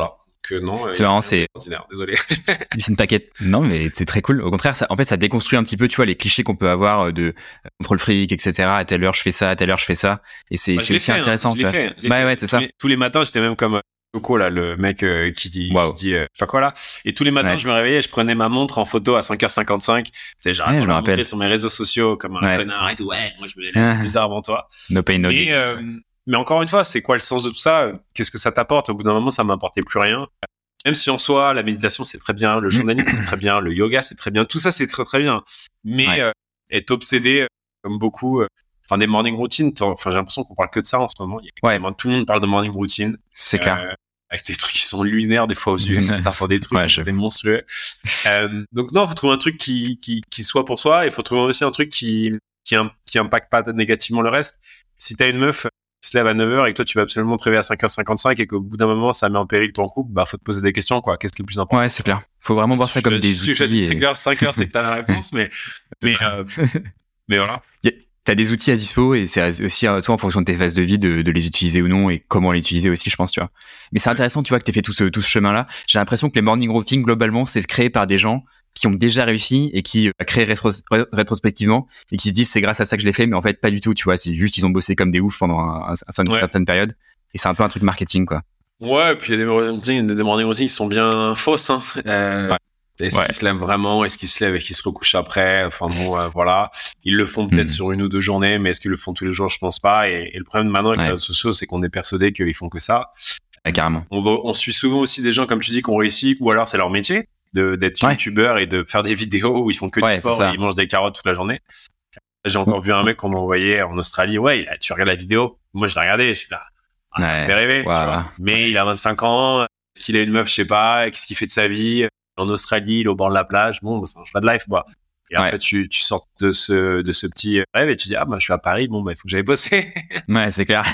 que non. C'est marrant, c'est ordinaire. Désolé. T'inquiète. Non, mais c'est très cool. Au contraire, ça, en fait, ça déconstruit un petit peu, tu vois, les clichés qu'on peut avoir de euh, contrôle fric, et cetera. À telle heure, je fais ça, à telle heure, je fais ça. Et c'est, bah, c'est aussi fait, intéressant, hein. tu vois. Fait, bah ouais, c'est ça. Les, tous les matins, j'étais même comme Coco, là, le mec euh, qui dit, wow. qui dit euh, je sais pas quoi là. Et tous les matins, ouais. je me réveillais et je prenais ma montre en photo à cinq heures cinquante-cinq. C'est genre, ouais, je me rappelle sur mes réseaux sociaux comme un ouais. connard et tout. Ouais, moi, je me lève deux heures avant toi. No pain, no gain. Euh, mais encore une fois, c'est quoi le sens de tout ça? Qu'est-ce que ça t'apporte? Au bout d'un moment, ça m'apportait plus rien. Même si en soi, la méditation, c'est très bien, le journaling, c'est très bien, le yoga, c'est très bien, tout ça, c'est très très bien. Mais ouais. euh, être obsédé, euh, comme beaucoup, euh, enfin des morning routines, enfin j'ai l'impression qu'on parle que de ça en ce moment. Il y a ouais. Tout le monde parle de morning routine. C'est euh, clair. Avec des trucs qui sont lunaires des fois aux U S, parfois des trucs, ouais, je... des monstrueux. Euh, donc non, faut trouver un truc qui qui qui soit pour soi. Il faut trouver aussi un truc qui qui qui impacte pas négativement le reste. Si t'as une meuf qui se lève à neuf heures et que toi tu vas absolument te réveiller à cinq heures cinquante-cinq et qu'au bout d'un moment ça met en péril ton couple, bah faut te poser des questions quoi. Qu'est-ce qui est le plus important? Ouais, c'est clair. Faut vraiment voir ça comme des outils. cinq heures, cinq heures, c'est que t'as la réponse, mais mais euh, mais voilà. T'as des outils à dispo et c'est aussi à toi en fonction de tes phases de vie de, de les utiliser ou non et comment les utiliser aussi, je pense, tu vois. Mais c'est intéressant, tu vois, que t'aies fait tout ce, tout ce chemin-là. J'ai l'impression que les morning routines, globalement, c'est créé par des gens qui ont déjà réussi et qui a créé rétro- rétrospectivement et qui se disent c'est grâce à ça que je l'ai fait, mais en fait, pas du tout, tu vois. C'est juste, ils ont bossé comme des oufs pendant un, un, un, une ouais. certaine période et c'est un peu un truc marketing, quoi. Ouais, et puis il y a des morning routines, des morning routines qui sont bien fausses, hein. Euh... Ouais. Est-ce ouais. qu'ils se lèvent vraiment? Est-ce qu'ils se lèvent et qu'ils se recouchent après? Enfin bon, euh, voilà. Ils le font peut-être mmh. sur une ou deux journées, mais est-ce qu'ils le font tous les jours? Je pense pas. Et, et le problème maintenant avec ouais. les réseaux sociaux, c'est qu'on est persuadé qu'ils font que ça. Ouais, carrément. On, va, on suit souvent aussi des gens, comme tu dis, qui ont réussi, ou alors c'est leur métier de, d'être ouais. youtubeur et de faire des vidéos où ils font que ouais, du sport et ils mangent des carottes toute la journée. J'ai encore mmh. vu un mec qu'on m'a envoyé en Australie. Ouais, il a, tu regardes la vidéo. Moi, je l'ai regardé. Je suis là. Ah, ça ouais. me fait rêver. Voilà. Mais il a vingt-cinq ans. Est-ce qu'il a une meuf? Je sais pas. Qu'est-ce qu'il fait de sa vie? En Australie, il est au bord de la plage, bon, c'est un choix de life, quoi. Et ouais. après, tu, tu sors de ce, de ce petit rêve et tu dis, ah, bah, je suis à Paris, bon, bah, il faut que j'aille bosser. Ouais, c'est clair.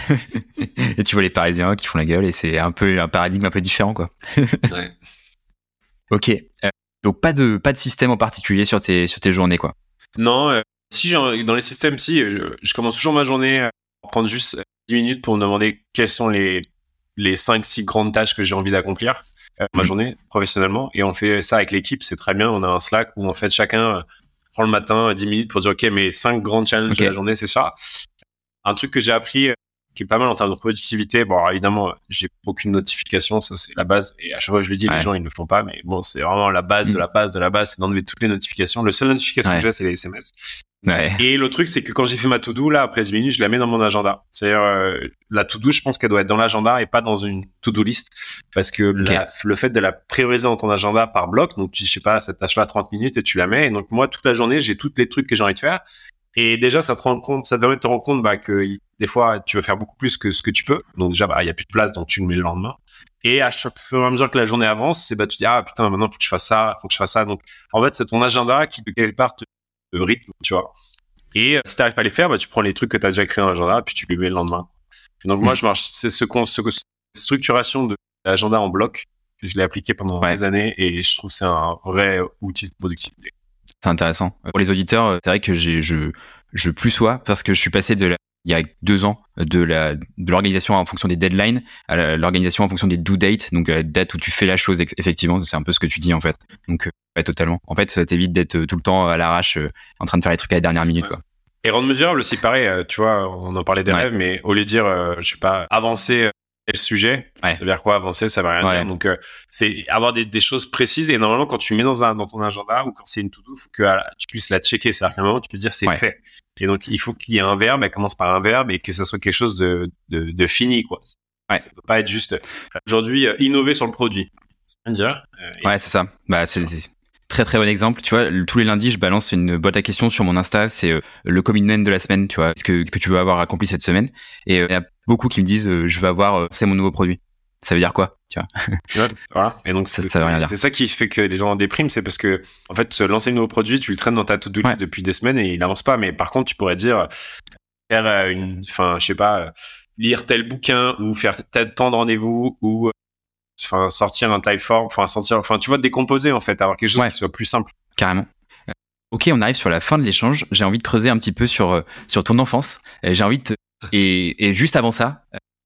Et tu vois les Parisiens qui font la gueule et c'est un peu un paradigme un peu différent, quoi. Ouais. Ok. Euh, donc, pas de, pas de système en particulier sur tes, sur tes journées, quoi. Non, euh, si j'ai, dans les systèmes, si, je, je commence toujours ma journée à prendre juste dix minutes pour me demander quelles sont les, les cinq six grandes tâches que j'ai envie d'accomplir. Euh, ma mmh. journée professionnellement et on fait ça avec l'équipe, c'est très bien. On a un Slack où en fait chacun euh, prend le matin dix minutes pour dire ok, mes cinq grands challenges okay. de la journée, c'est ça. Un truc que j'ai appris euh, qui est pas mal en termes de productivité, bon alors, évidemment j'ai aucune notification, ça c'est la base et à chaque fois je le dis, ouais. les gens ils ne le font pas, mais bon c'est vraiment la base mmh. de la base de la base, c'est d'enlever toutes les notifications. Le seul notification ouais. que j'ai c'est les S M S. Ouais. Et l'autre truc, c'est que quand j'ai fait ma to-do, là, après dix minutes, je la mets dans mon agenda. C'est-à-dire, euh, la to-do, je pense qu'elle doit être dans l'agenda et pas dans une to-do list. Parce que okay. la, le fait de la prioriser dans ton agenda par bloc, donc tu, je sais pas, cette tâche-là, trente minutes et tu la mets. Et donc, moi, toute la journée, j'ai tous les trucs que j'ai envie de faire. Et déjà, ça te rend compte, ça te permet de te rendre compte, bah, que des fois, tu veux faire beaucoup plus que ce que tu peux. Donc, déjà, bah, il y a plus de place, donc tu le mets le lendemain. Et à chaque fur et à mesure que la journée avance, c'est, bah, tu dis, ah, putain, maintenant, faut que je fasse ça, faut que je fasse ça. Donc, en fait, c'est ton agenda qui, de quelque part, te, te rythme, tu vois. Et si t'arrives pas à les faire, bah, tu prends les trucs que t'as déjà créés dans l'agenda, puis tu les mets le lendemain. Et donc, mmh. moi, je marche, c'est ce, ce, ce structuration de l'agenda en bloc que je l'ai appliqué pendant ouais. des années et je trouve que c'est un vrai outil de productivité. C'est intéressant. Pour les auditeurs, c'est vrai que j'ai, je, je plus sois parce que je suis passé de la, il y a deux ans, de la, de l'organisation en fonction des deadlines à l'organisation en fonction des due dates, donc la date où tu fais la chose, effectivement, c'est un peu ce que tu dis, en fait. Donc, ouais, totalement. En fait, ça t'évite d'être tout le temps à l'arrache, euh, en train de faire les trucs à la dernière minute, ouais. quoi. Et rendre mesurable aussi, pareil, euh, tu vois, on en parlait des ouais. rêves, mais au lieu de dire, euh, je sais pas, avancer le sujet, ouais. ça veut dire quoi, avancer, ça veut rien ouais. dire. Donc, euh, c'est avoir des, des choses précises et normalement, quand tu mets dans un, dans ton agenda ou quand c'est une to-do, faut que euh, tu puisses la checker. C'est-à-dire qu'à un moment, tu peux dire c'est ouais. fait. Et donc, il faut qu'il y ait un verbe, elle commence par un verbe et que ça soit quelque chose de, de, de fini, quoi. Ouais. Ça peut pas être juste, aujourd'hui, euh, innover sur le produit. C'est bien dire. Euh, ouais, c'est ça. Bah, c'est, c'est très, très bon exemple. Tu vois, tous les lundis, je balance une boîte à questions sur mon Insta. C'est euh, le commitment de la semaine, tu vois. Est-ce que, ce que tu veux avoir accompli cette semaine? Et il euh, y a beaucoup qui me disent, euh, je veux avoir, euh, c'est mon nouveau produit. Ça veut dire quoi, tu vois? Ouais, voilà. Et donc, ça, ça veut rien dire. C'est ça qui fait que les gens en dépriment, c'est parce que, en fait, lancer un nouveau produit, tu le traînes dans ta to-do list ouais. depuis des semaines et il avance pas. Mais par contre, tu pourrais dire, faire une, enfin, je sais pas, lire tel bouquin ou faire tel temps de rendez-vous ou, enfin, sortir un typeform, enfin, sortir, enfin, tu vois, décomposer, en fait, avoir quelque chose ouais. qui soit plus simple. Carrément. Ok, on arrive sur la fin de l'échange. J'ai envie de creuser un petit peu sur, sur ton enfance. J'ai envie de, te... et, et juste avant ça,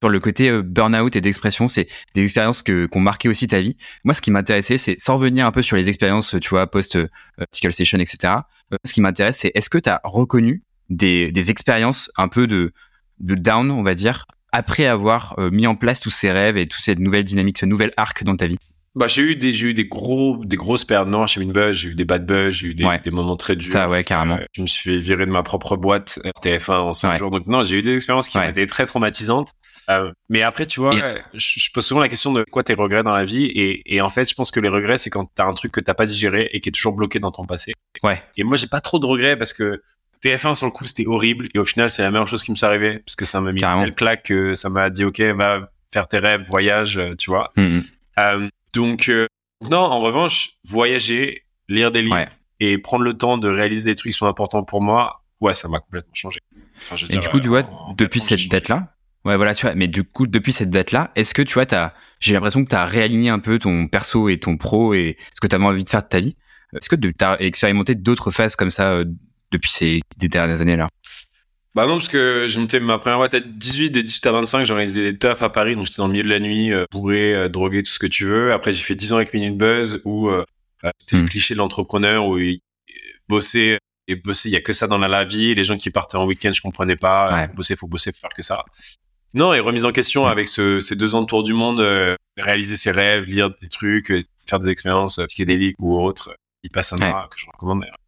sur le côté euh, burn-out et d'expression, c'est des expériences que qu'on marqué aussi ta vie. Moi, ce qui m'intéressait, c'est sans revenir un peu sur les expériences, tu vois, post euh, Tickle Station, et cetera. Euh, ce qui m'intéresse, c'est est-ce que tu as reconnu des des expériences un peu de de down, on va dire, après avoir euh, mis en place tous ces rêves et toute cette nouvelle dynamique, ce nouvel arc dans ta vie? Bah, j'ai eu des, j'ai eu des gros, des grosses périodes noires chez Winbuzz, j'ai eu des bad buzz, j'ai eu des, Ouais. des moments très durs. Ça, ouais, carrément. Euh, je me suis fait virer de ma propre boîte T F un en cinq Ouais. jours. Donc, non, j'ai eu des expériences qui Ouais. ont été très traumatisantes. Euh, mais après, tu vois, Et- je, je pose souvent la question de quoi tes regrets dans la vie. Et, et en fait, je pense que les regrets, c'est quand t'as un truc que t'as pas digéré et qui est toujours bloqué dans ton passé. Ouais. Et moi, j'ai pas trop de regrets parce que T F un, sur le coup, c'était horrible. Et au final, c'est la meilleure chose qui me s'est arrivée parce que ça m'a mis Carrément. une telle claque que ça m'a dit, OK, va faire tes rêves, voyage, euh, tu vois. Mm-hmm. Euh, donc, euh, non, en revanche, voyager, lire des livres Ouais. et prendre le temps de réaliser des trucs qui sont importants pour moi, ouais, ça m'a complètement changé. Enfin, je veux Et dire, du coup, tu vois, en- en depuis quatre ans, j'ai cette changé. date-là, ouais, voilà, tu vois, mais du coup, depuis cette date-là, est-ce que tu vois, t'as, j'ai l'impression que tu as réaligné un peu ton perso et ton pro et ce que tu avais envie de faire de ta vie. Est-ce que tu as expérimenté d'autres phases comme ça euh, depuis ces des dernières années-là? Bah non, parce que j'ai monté ma première boîte à dix-huit, de dix-huit à vingt-cinq, j'ai organisé des teufs à Paris, donc j'étais dans le milieu de la nuit, euh, bourré, euh, drogué, tout ce que tu veux. Après, j'ai fait dix ans avec Minute Buzz, où euh, euh, c'était Mm. le cliché de l'entrepreneur, où il bossait, et bosser, il y a que ça dans la, la vie. Les gens qui partaient en week-end, je comprenais pas. Ouais. Faut bosser, faut bosser, faut faire que ça. Non, et remise en question avec ce, ces deux ans de tour du monde, euh, réaliser ses rêves, lire des trucs, euh, faire des expériences euh, psychédéliques ou autres. Il passe un Ouais. que je recommande d'ailleurs.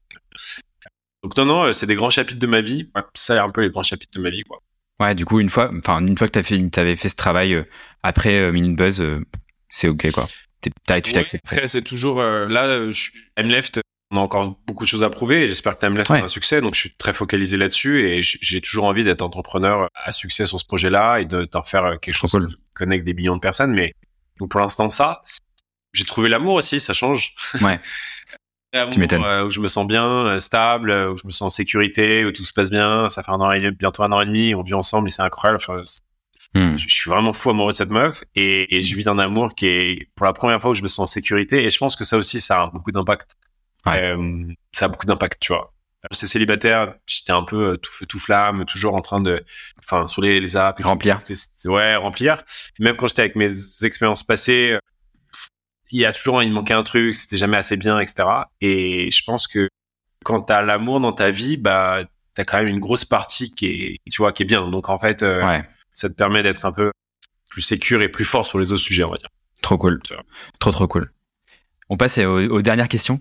Donc non, non, euh, c'est des grands chapitres de ma vie. Ouais, ça, un peu les grands chapitres de ma vie, quoi. Ouais, du coup, une fois, enfin, une fois que t'as fait, t'avais fait ce travail euh, après euh, Minute Buzz, euh, c'est ok, quoi. T'es, t'as, tu Ouais, t'acceptes. après, c'est toujours euh, là. euh, je, M-Left, on a encore beaucoup de choses à prouver. Et j'espère que M-Left Ouais. a un succès. Donc, je suis très focalisé là-dessus et j- j'ai toujours envie d'être entrepreneur à succès sur ce projet-là et de, d'en faire euh, quelque Trop chose cool. qui connecte des millions de personnes. Mais donc, pour l'instant, ça. J'ai trouvé l'amour aussi, ça change. Ouais. L'amour, Tu m'étonnes. euh, où je me sens bien, euh, stable, euh, où je me sens en sécurité, où tout se passe bien. Ça fait un an et demi, bientôt un an et demi. On vit ensemble et c'est incroyable. Enfin, c'est- Hmm. je suis vraiment fou amoureux de cette meuf et, et je vis d'un amour qui est pour la première fois où je me sens en sécurité et je pense que ça aussi ça a beaucoup d'impact. Ouais. Euh, ça a beaucoup d'impact, tu vois. J'étais célibataire, j'étais un peu euh, tout feu tout flamme, toujours en train de, enfin sur les, les apps, et tout. Remplir. C'était- c'était- ouais, remplir. Même quand j'étais avec mes expériences passées, euh, pff, il y a toujours il me manquait un truc, c'était jamais assez bien, et cetera. Et je pense que quand t'as l'amour dans ta vie, bah t'as quand même une grosse partie qui est, tu vois, qui est bien. Donc en fait. Euh, Ouais. ça te permet d'être un peu plus sécure et plus fort sur les autres sujets, on va dire. Trop cool. Tu vois. Trop, trop cool. On passe aux, aux dernières questions.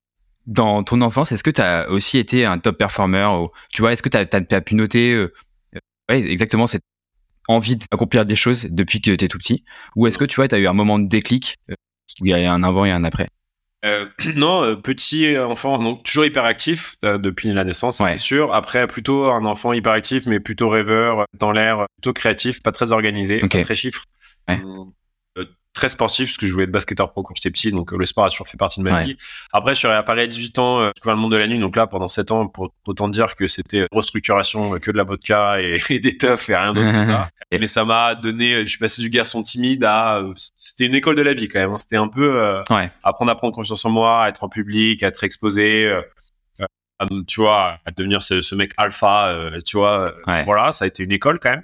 Dans ton enfance, est-ce que tu as aussi été un top performer ou, tu vois, est-ce que tu as pu noter euh, ouais, exactement cette envie d'accomplir des choses depuis que tu es tout petit? Ou est-ce que, tu vois, tu as eu un moment de déclic euh, où il y a un avant et un après? Euh, non, euh, petit enfant, donc toujours hyperactif euh, depuis la naissance, Ouais. c'est sûr. Après, plutôt un enfant hyperactif, mais plutôt rêveur, euh, dans l'air, euh, plutôt créatif, pas très organisé, Ok. pas très chiffre. Ouais. Euh, très sportif, parce que je voulais être basketteur pro quand j'étais petit, donc euh, le sport a toujours fait partie de ma Ouais. vie. Après, je suis à Paris à dix-huit ans, euh, j'ai découvert le monde de la nuit, donc là, pendant sept ans, pour autant dire que c'était restructuration, euh, que de la vodka et, et des teufs et rien d'autre que ça. Mais ça m'a donné, je suis passé du garçon timide à, euh, c'était une école de la vie quand même, hein. C'était un peu euh, Ouais. apprendre à prendre confiance en moi, à être en public, à être exposé, euh, à, tu vois, à devenir ce, ce mec alpha, euh, tu vois. Ouais. Voilà, ça a été une école quand même.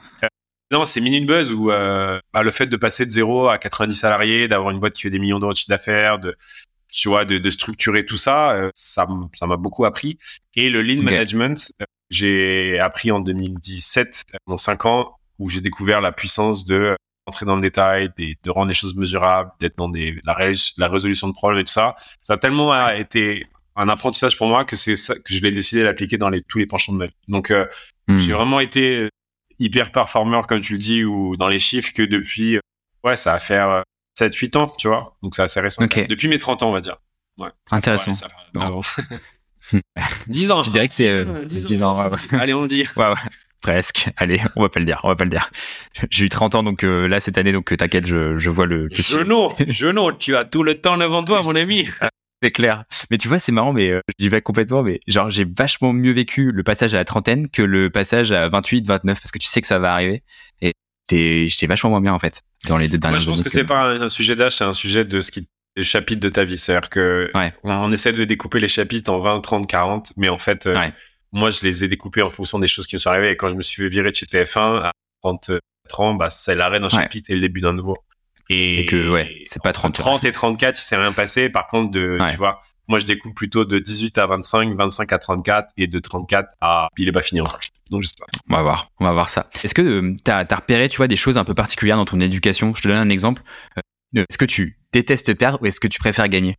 Non, c'est Minute Buzz où euh, bah, le fait de passer de zéro à quatre-vingt-dix salariés, d'avoir une boîte qui fait des millions d'euros de chiffre d'affaires, de, tu vois, de, de structurer tout ça, euh, ça, m- ça m'a beaucoup appris. Et le lean Ok. management, euh, j'ai appris en deux mille dix-sept, en cinq ans, où j'ai découvert la puissance de euh, entrer dans le détail, des, de rendre les choses mesurables, d'être dans des, la, ré- la résolution de problèmes et tout ça. Ça a tellement euh, été un apprentissage pour moi que c'est ça que je l'ai décidé d'appliquer dans les, tous les penchants de ma vie. Donc, euh, Hmm. j'ai vraiment été euh, hyper performeur, comme tu le dis, ou dans les chiffres que depuis, euh, ouais, ça va faire euh, sept huit ans, tu vois. Donc, c'est assez récent. Ok. Depuis mes trente ans, on va dire. Ouais. Intéressant. Ouais, ça fait Bon. neuf ans. dix ans. Je dirais que c'est euh, Euh, dix ans. dix ans. Ouais, ouais. Allez, on le dit. Ouais, ouais. Presque. Allez, on va pas le dire. On va pas le dire. J'ai eu trente ans, donc euh, là, cette année, donc euh, t'inquiète, je, je vois le. je suis- Genou, genou, tu as tout le temps devant toi, mon ami. C'est clair. Mais tu vois, c'est marrant, mais euh, j'y vais complètement. Mais genre, j'ai vachement mieux vécu le passage à la trentaine que le passage à vingt-huit, vingt-neuf, parce que tu sais que ça va arriver. Et t'es, j'étais vachement moins bien, en fait, dans les deux Moi, dernières je pense années que c'est pas un, un sujet d'âge, c'est un sujet de ce qui le chapitre de ta vie. C'est-à-dire que Ouais. on, on essaie de découper les chapitres en vingt, trente, quarante, mais en fait, euh, Ouais. moi, je les ai découpés en fonction des choses qui me sont arrivées. Et quand je me suis fait virer de chez T F un à trente, ans, bah, c'est l'arrêt d'un Ouais. chapitre et le début d'un nouveau. Et, Et que, ouais, c'est pas trente. trente et trente-quatre, il s'est rien passé. Par contre, de, Ouais. tu vois, moi, je découpe plutôt de dix-huit à vingt-cinq, vingt-cinq à trente-quatre et de trente-quatre à, il est pas fini encore. Donc, je sais pas. On va voir, on va voir ça. Est-ce que euh, t'as, t'as repéré, tu vois, des choses un peu particulières dans ton éducation? Je te donne un exemple. Euh, est-ce que tu détestes perdre ou est-ce que tu préfères gagner?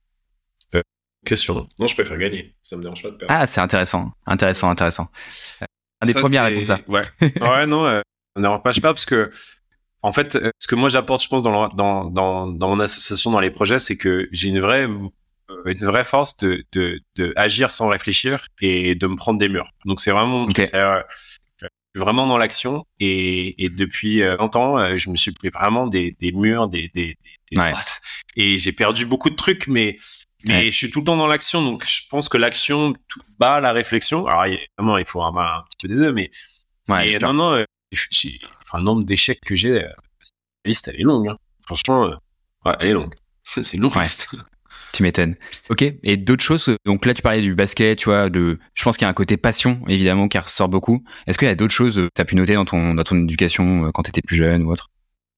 Question. Non, je préfère gagner. Ça me dérange pas de perdre. Ah, c'est intéressant, intéressant, intéressant. Euh, Un des Ça, premiers à c'est- répondre ça. Ouais. Ouais, non, euh, ça me dérange pas, je sais pas, parce que, en fait, euh, ce que moi j'apporte, je pense, dans, le- dans, dans, dans mon association, dans les projets, c'est que j'ai une vraie, euh, une vraie force de, de, de agir sans réfléchir et de me prendre des murs. Donc, c'est vraiment, mon Ok. truc, c'est-à-dire, euh, je suis vraiment dans l'action et, et depuis euh, vingt ans, euh, je me suis pris vraiment des, des murs, des, des, des Ouais. droites. Et j'ai perdu beaucoup de trucs, mais, mais Ouais. je suis tout le temps dans l'action. Donc, je pense que l'action tout bat la réflexion. Alors, évidemment, il faut avoir un petit peu des deux, mais Ouais, et bien non, non, euh, j'ai, enfin, le nombre d'échecs que j'ai, euh, la liste, elle est longue. Hein. Franchement, euh, ouais, elle est longue. C'est une longue Ouais. liste. tu m'étonnes. Ok, et d'autres choses, euh, donc là tu parlais du basket, tu vois, de, je pense qu'il y a un côté passion, évidemment, qui ressort beaucoup. Est-ce qu'il y a d'autres choses euh, que tu as pu noter dans ton, dans ton éducation euh, quand tu étais plus jeune ou autre?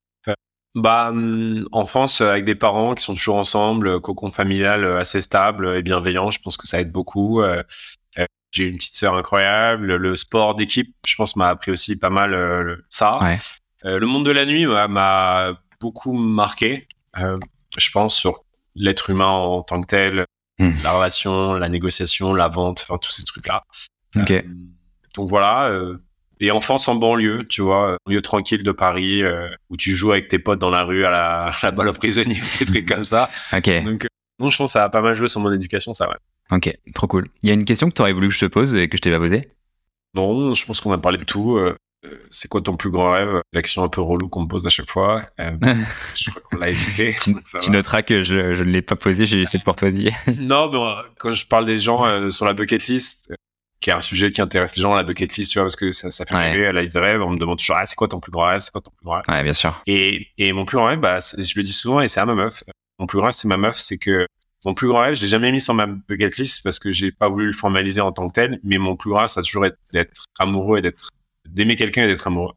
Bah, hum, enfance euh, avec des parents qui sont toujours ensemble, euh, cocon familial euh, assez stable et bienveillant, je pense que ça aide beaucoup. Euh, euh, j'ai une petite sœur incroyable. Le sport d'équipe, je pense, m'a appris aussi pas mal euh, le- ça. Ouais. Euh, le monde de la nuit m'a, m'a beaucoup marqué, euh, je pense, sur l'être humain en tant que tel, Hmm. la relation, la négociation, la vente, enfin tous ces trucs-là. Ok. Euh, donc voilà. Euh, et enfance en banlieue, tu vois, lieu tranquille de Paris, euh, où tu joues avec tes potes dans la rue à la, à la balle aux prisonniers, des trucs comme ça. Ok. Donc, euh, non, je pense que ça a pas mal joué sur mon éducation, ça, ouais. Ok. Trop cool. Il y a une question que tu aurais voulu que je te pose et que je t'ai pas posée? Non, je pense qu'on a parlé de tout. Euh, euh, c'est quoi ton plus grand rêve? L'action un peu relou qu'on me pose à chaque fois. Euh, je crois qu'on l'a évité. Tu, donc ça tu va. noteras que je, je ne l'ai pas posée, j'ai cette courtoisie. Non, mais euh, quand je parle des gens euh, sur la bucket list, euh, qui est un sujet qui intéresse les gens, la bucket list, tu vois, parce que ça, ça fait Ouais. rêver à la liste de rêves. On me demande toujours, ah, c'est quoi ton plus grand rêve? C'est quoi ton plus grand rêve? Ouais, bien sûr. Et, et mon plus grand rêve, bah, c'est- je le dis souvent, et c'est à ma meuf. Mon plus grand rêve, c'est ma meuf. C'est que mon plus grand rêve, je l'ai jamais mis sur ma bucket list parce que j'ai pas voulu le formaliser en tant que tel. Mais mon plus grand rêve, ça a toujours été d'être amoureux et d'être, d'aimer quelqu'un et d'être amoureux.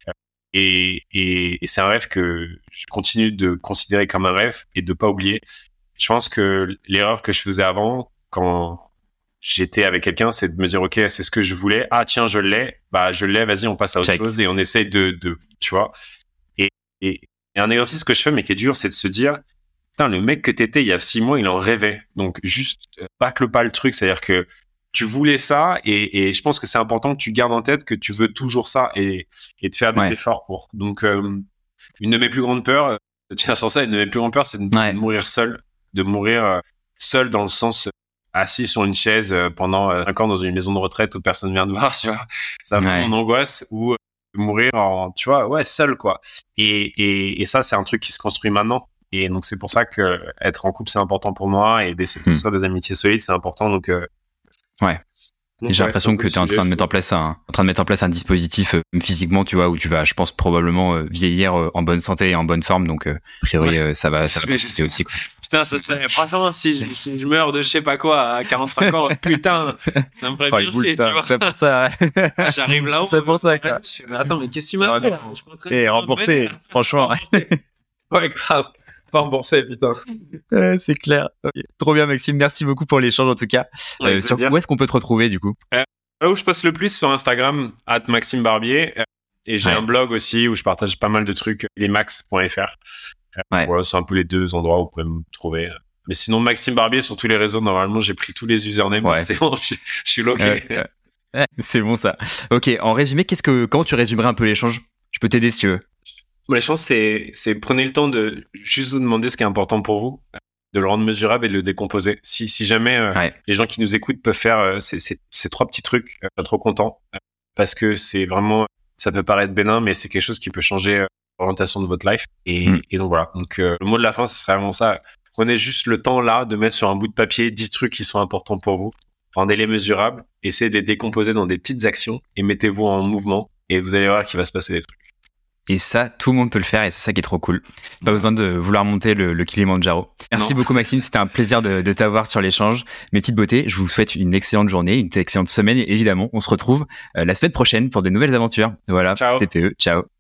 Et, et, et c'est un rêve que je continue de considérer comme un rêve et de pas oublier. Je pense que l'erreur que je faisais avant, quand j'étais avec quelqu'un, c'est de me dire, OK, c'est ce que je voulais. Ah, tiens, je l'ai. Bah, je l'ai. Vas-y, on passe à autre Check. chose et on essaye de, de, tu vois. Et, et, et un exercice que je fais, mais qui est dur, c'est de se dire, putain, le mec que t'étais il y a six mois, il en rêvait. Donc, juste, euh, bâcle pas le truc. C'est-à-dire que tu voulais ça et, et je pense que c'est important que tu gardes en tête que tu veux toujours ça et, et de faire des Ouais. efforts pour. Donc, euh, une de mes plus grandes peurs, euh, tiens, sans ça, une de mes plus grandes peurs, c'est de, Ouais. c'est de mourir seul. De mourir euh, seul dans le sens euh, assis sur une chaise euh, pendant euh, cinq ans dans une maison de retraite où personne vient te voir, tu vois. Ça Ouais. mon angoisse ou euh, mourir en, tu vois, ouais, seul, quoi. Et, et, et ça, c'est un truc qui se construit maintenant. Et donc, c'est pour ça que être en couple, c'est important pour moi et d'essayer de Hmm. construire des amitiés solides, c'est important. Donc, euh, Ouais. donc, Et j'ai ouais, l'impression c'est un que peu tu es en le train de sujet. mettre en place un, en train de mettre en place un dispositif euh, physiquement, tu vois, où tu vas, je pense, probablement euh, vieillir euh, en bonne santé et en bonne forme. Donc, euh, a priori, Ouais. euh, ça va, ça va Mais passer aussi, quoi. Putain, ça serait, franchement, si je, si je meurs de je sais pas quoi à quarante-cinq ans, putain, ça me ferait Oh, bien les boules, chier, tu putain. vois. C'est pour ça. ouais. Ah, j'arrive là-haut. C'est pour ça, quoi. Je fais, mais attends, mais qu'est-ce que tu m'as Ah, fait non. là Je suis en train de- Et remboursé, franchement. Ouais, grave. Pas remboursé, putain. Euh, c'est clair. Ok. Trop bien, Maxime. Merci beaucoup pour l'échange, en tout cas. Ouais, Euh, sur, plaisir. où est-ce qu'on peut te retrouver, du coup? Là où je poste le plus sur Instagram, at Maxime Barbier. euh, Et j'ai Ouais. un blog aussi où je partage pas mal de trucs, lesmax point f r. Euh, Ouais. Voilà, c'est un peu les deux endroits où vous pouvez me trouver. Mais sinon, Maxime Barbier sur tous les réseaux, normalement, j'ai pris tous les usernames. Ouais. C'est bon, je, suis- je suis loqué. Euh, euh, ouais, c'est bon, ça. Ok, en résumé, qu'est-ce que, comment tu résumerais un peu l'échange? Je peux t'aider si tu veux. Bon, la chance, c'est, c'est prenez le temps de juste vous demander ce qui est important pour vous, de le rendre mesurable et de le décomposer. Si, si jamais euh, Ouais. les gens qui nous écoutent peuvent faire euh, ces, ces, ces trois petits trucs, euh, je suis trop content euh, parce que c'est vraiment, ça peut paraître bénin, mais c'est quelque chose qui peut changer euh, l'orientation de votre life. Et, Mm. et donc voilà. Donc euh, le mot de la fin, ce serait vraiment ça. Prenez juste le temps là de mettre sur un bout de papier dix trucs qui sont importants pour vous. Rendez-les mesurables, essayez de les décomposer dans des petites actions et mettez-vous en mouvement et vous allez voir qu'il va se passer des trucs. Et ça, tout le monde peut le faire et c'est ça qui est trop cool. Pas besoin de vouloir monter le, le Kilimandjaro. Merci Non. beaucoup, Maxime. C'était un plaisir de, de t'avoir sur l'échange. Mes petites beautés, je vous souhaite une excellente journée, une excellente semaine. Et évidemment, on se retrouve euh, la semaine prochaine pour de nouvelles aventures. Voilà, Ciao. c'était P E. Ciao.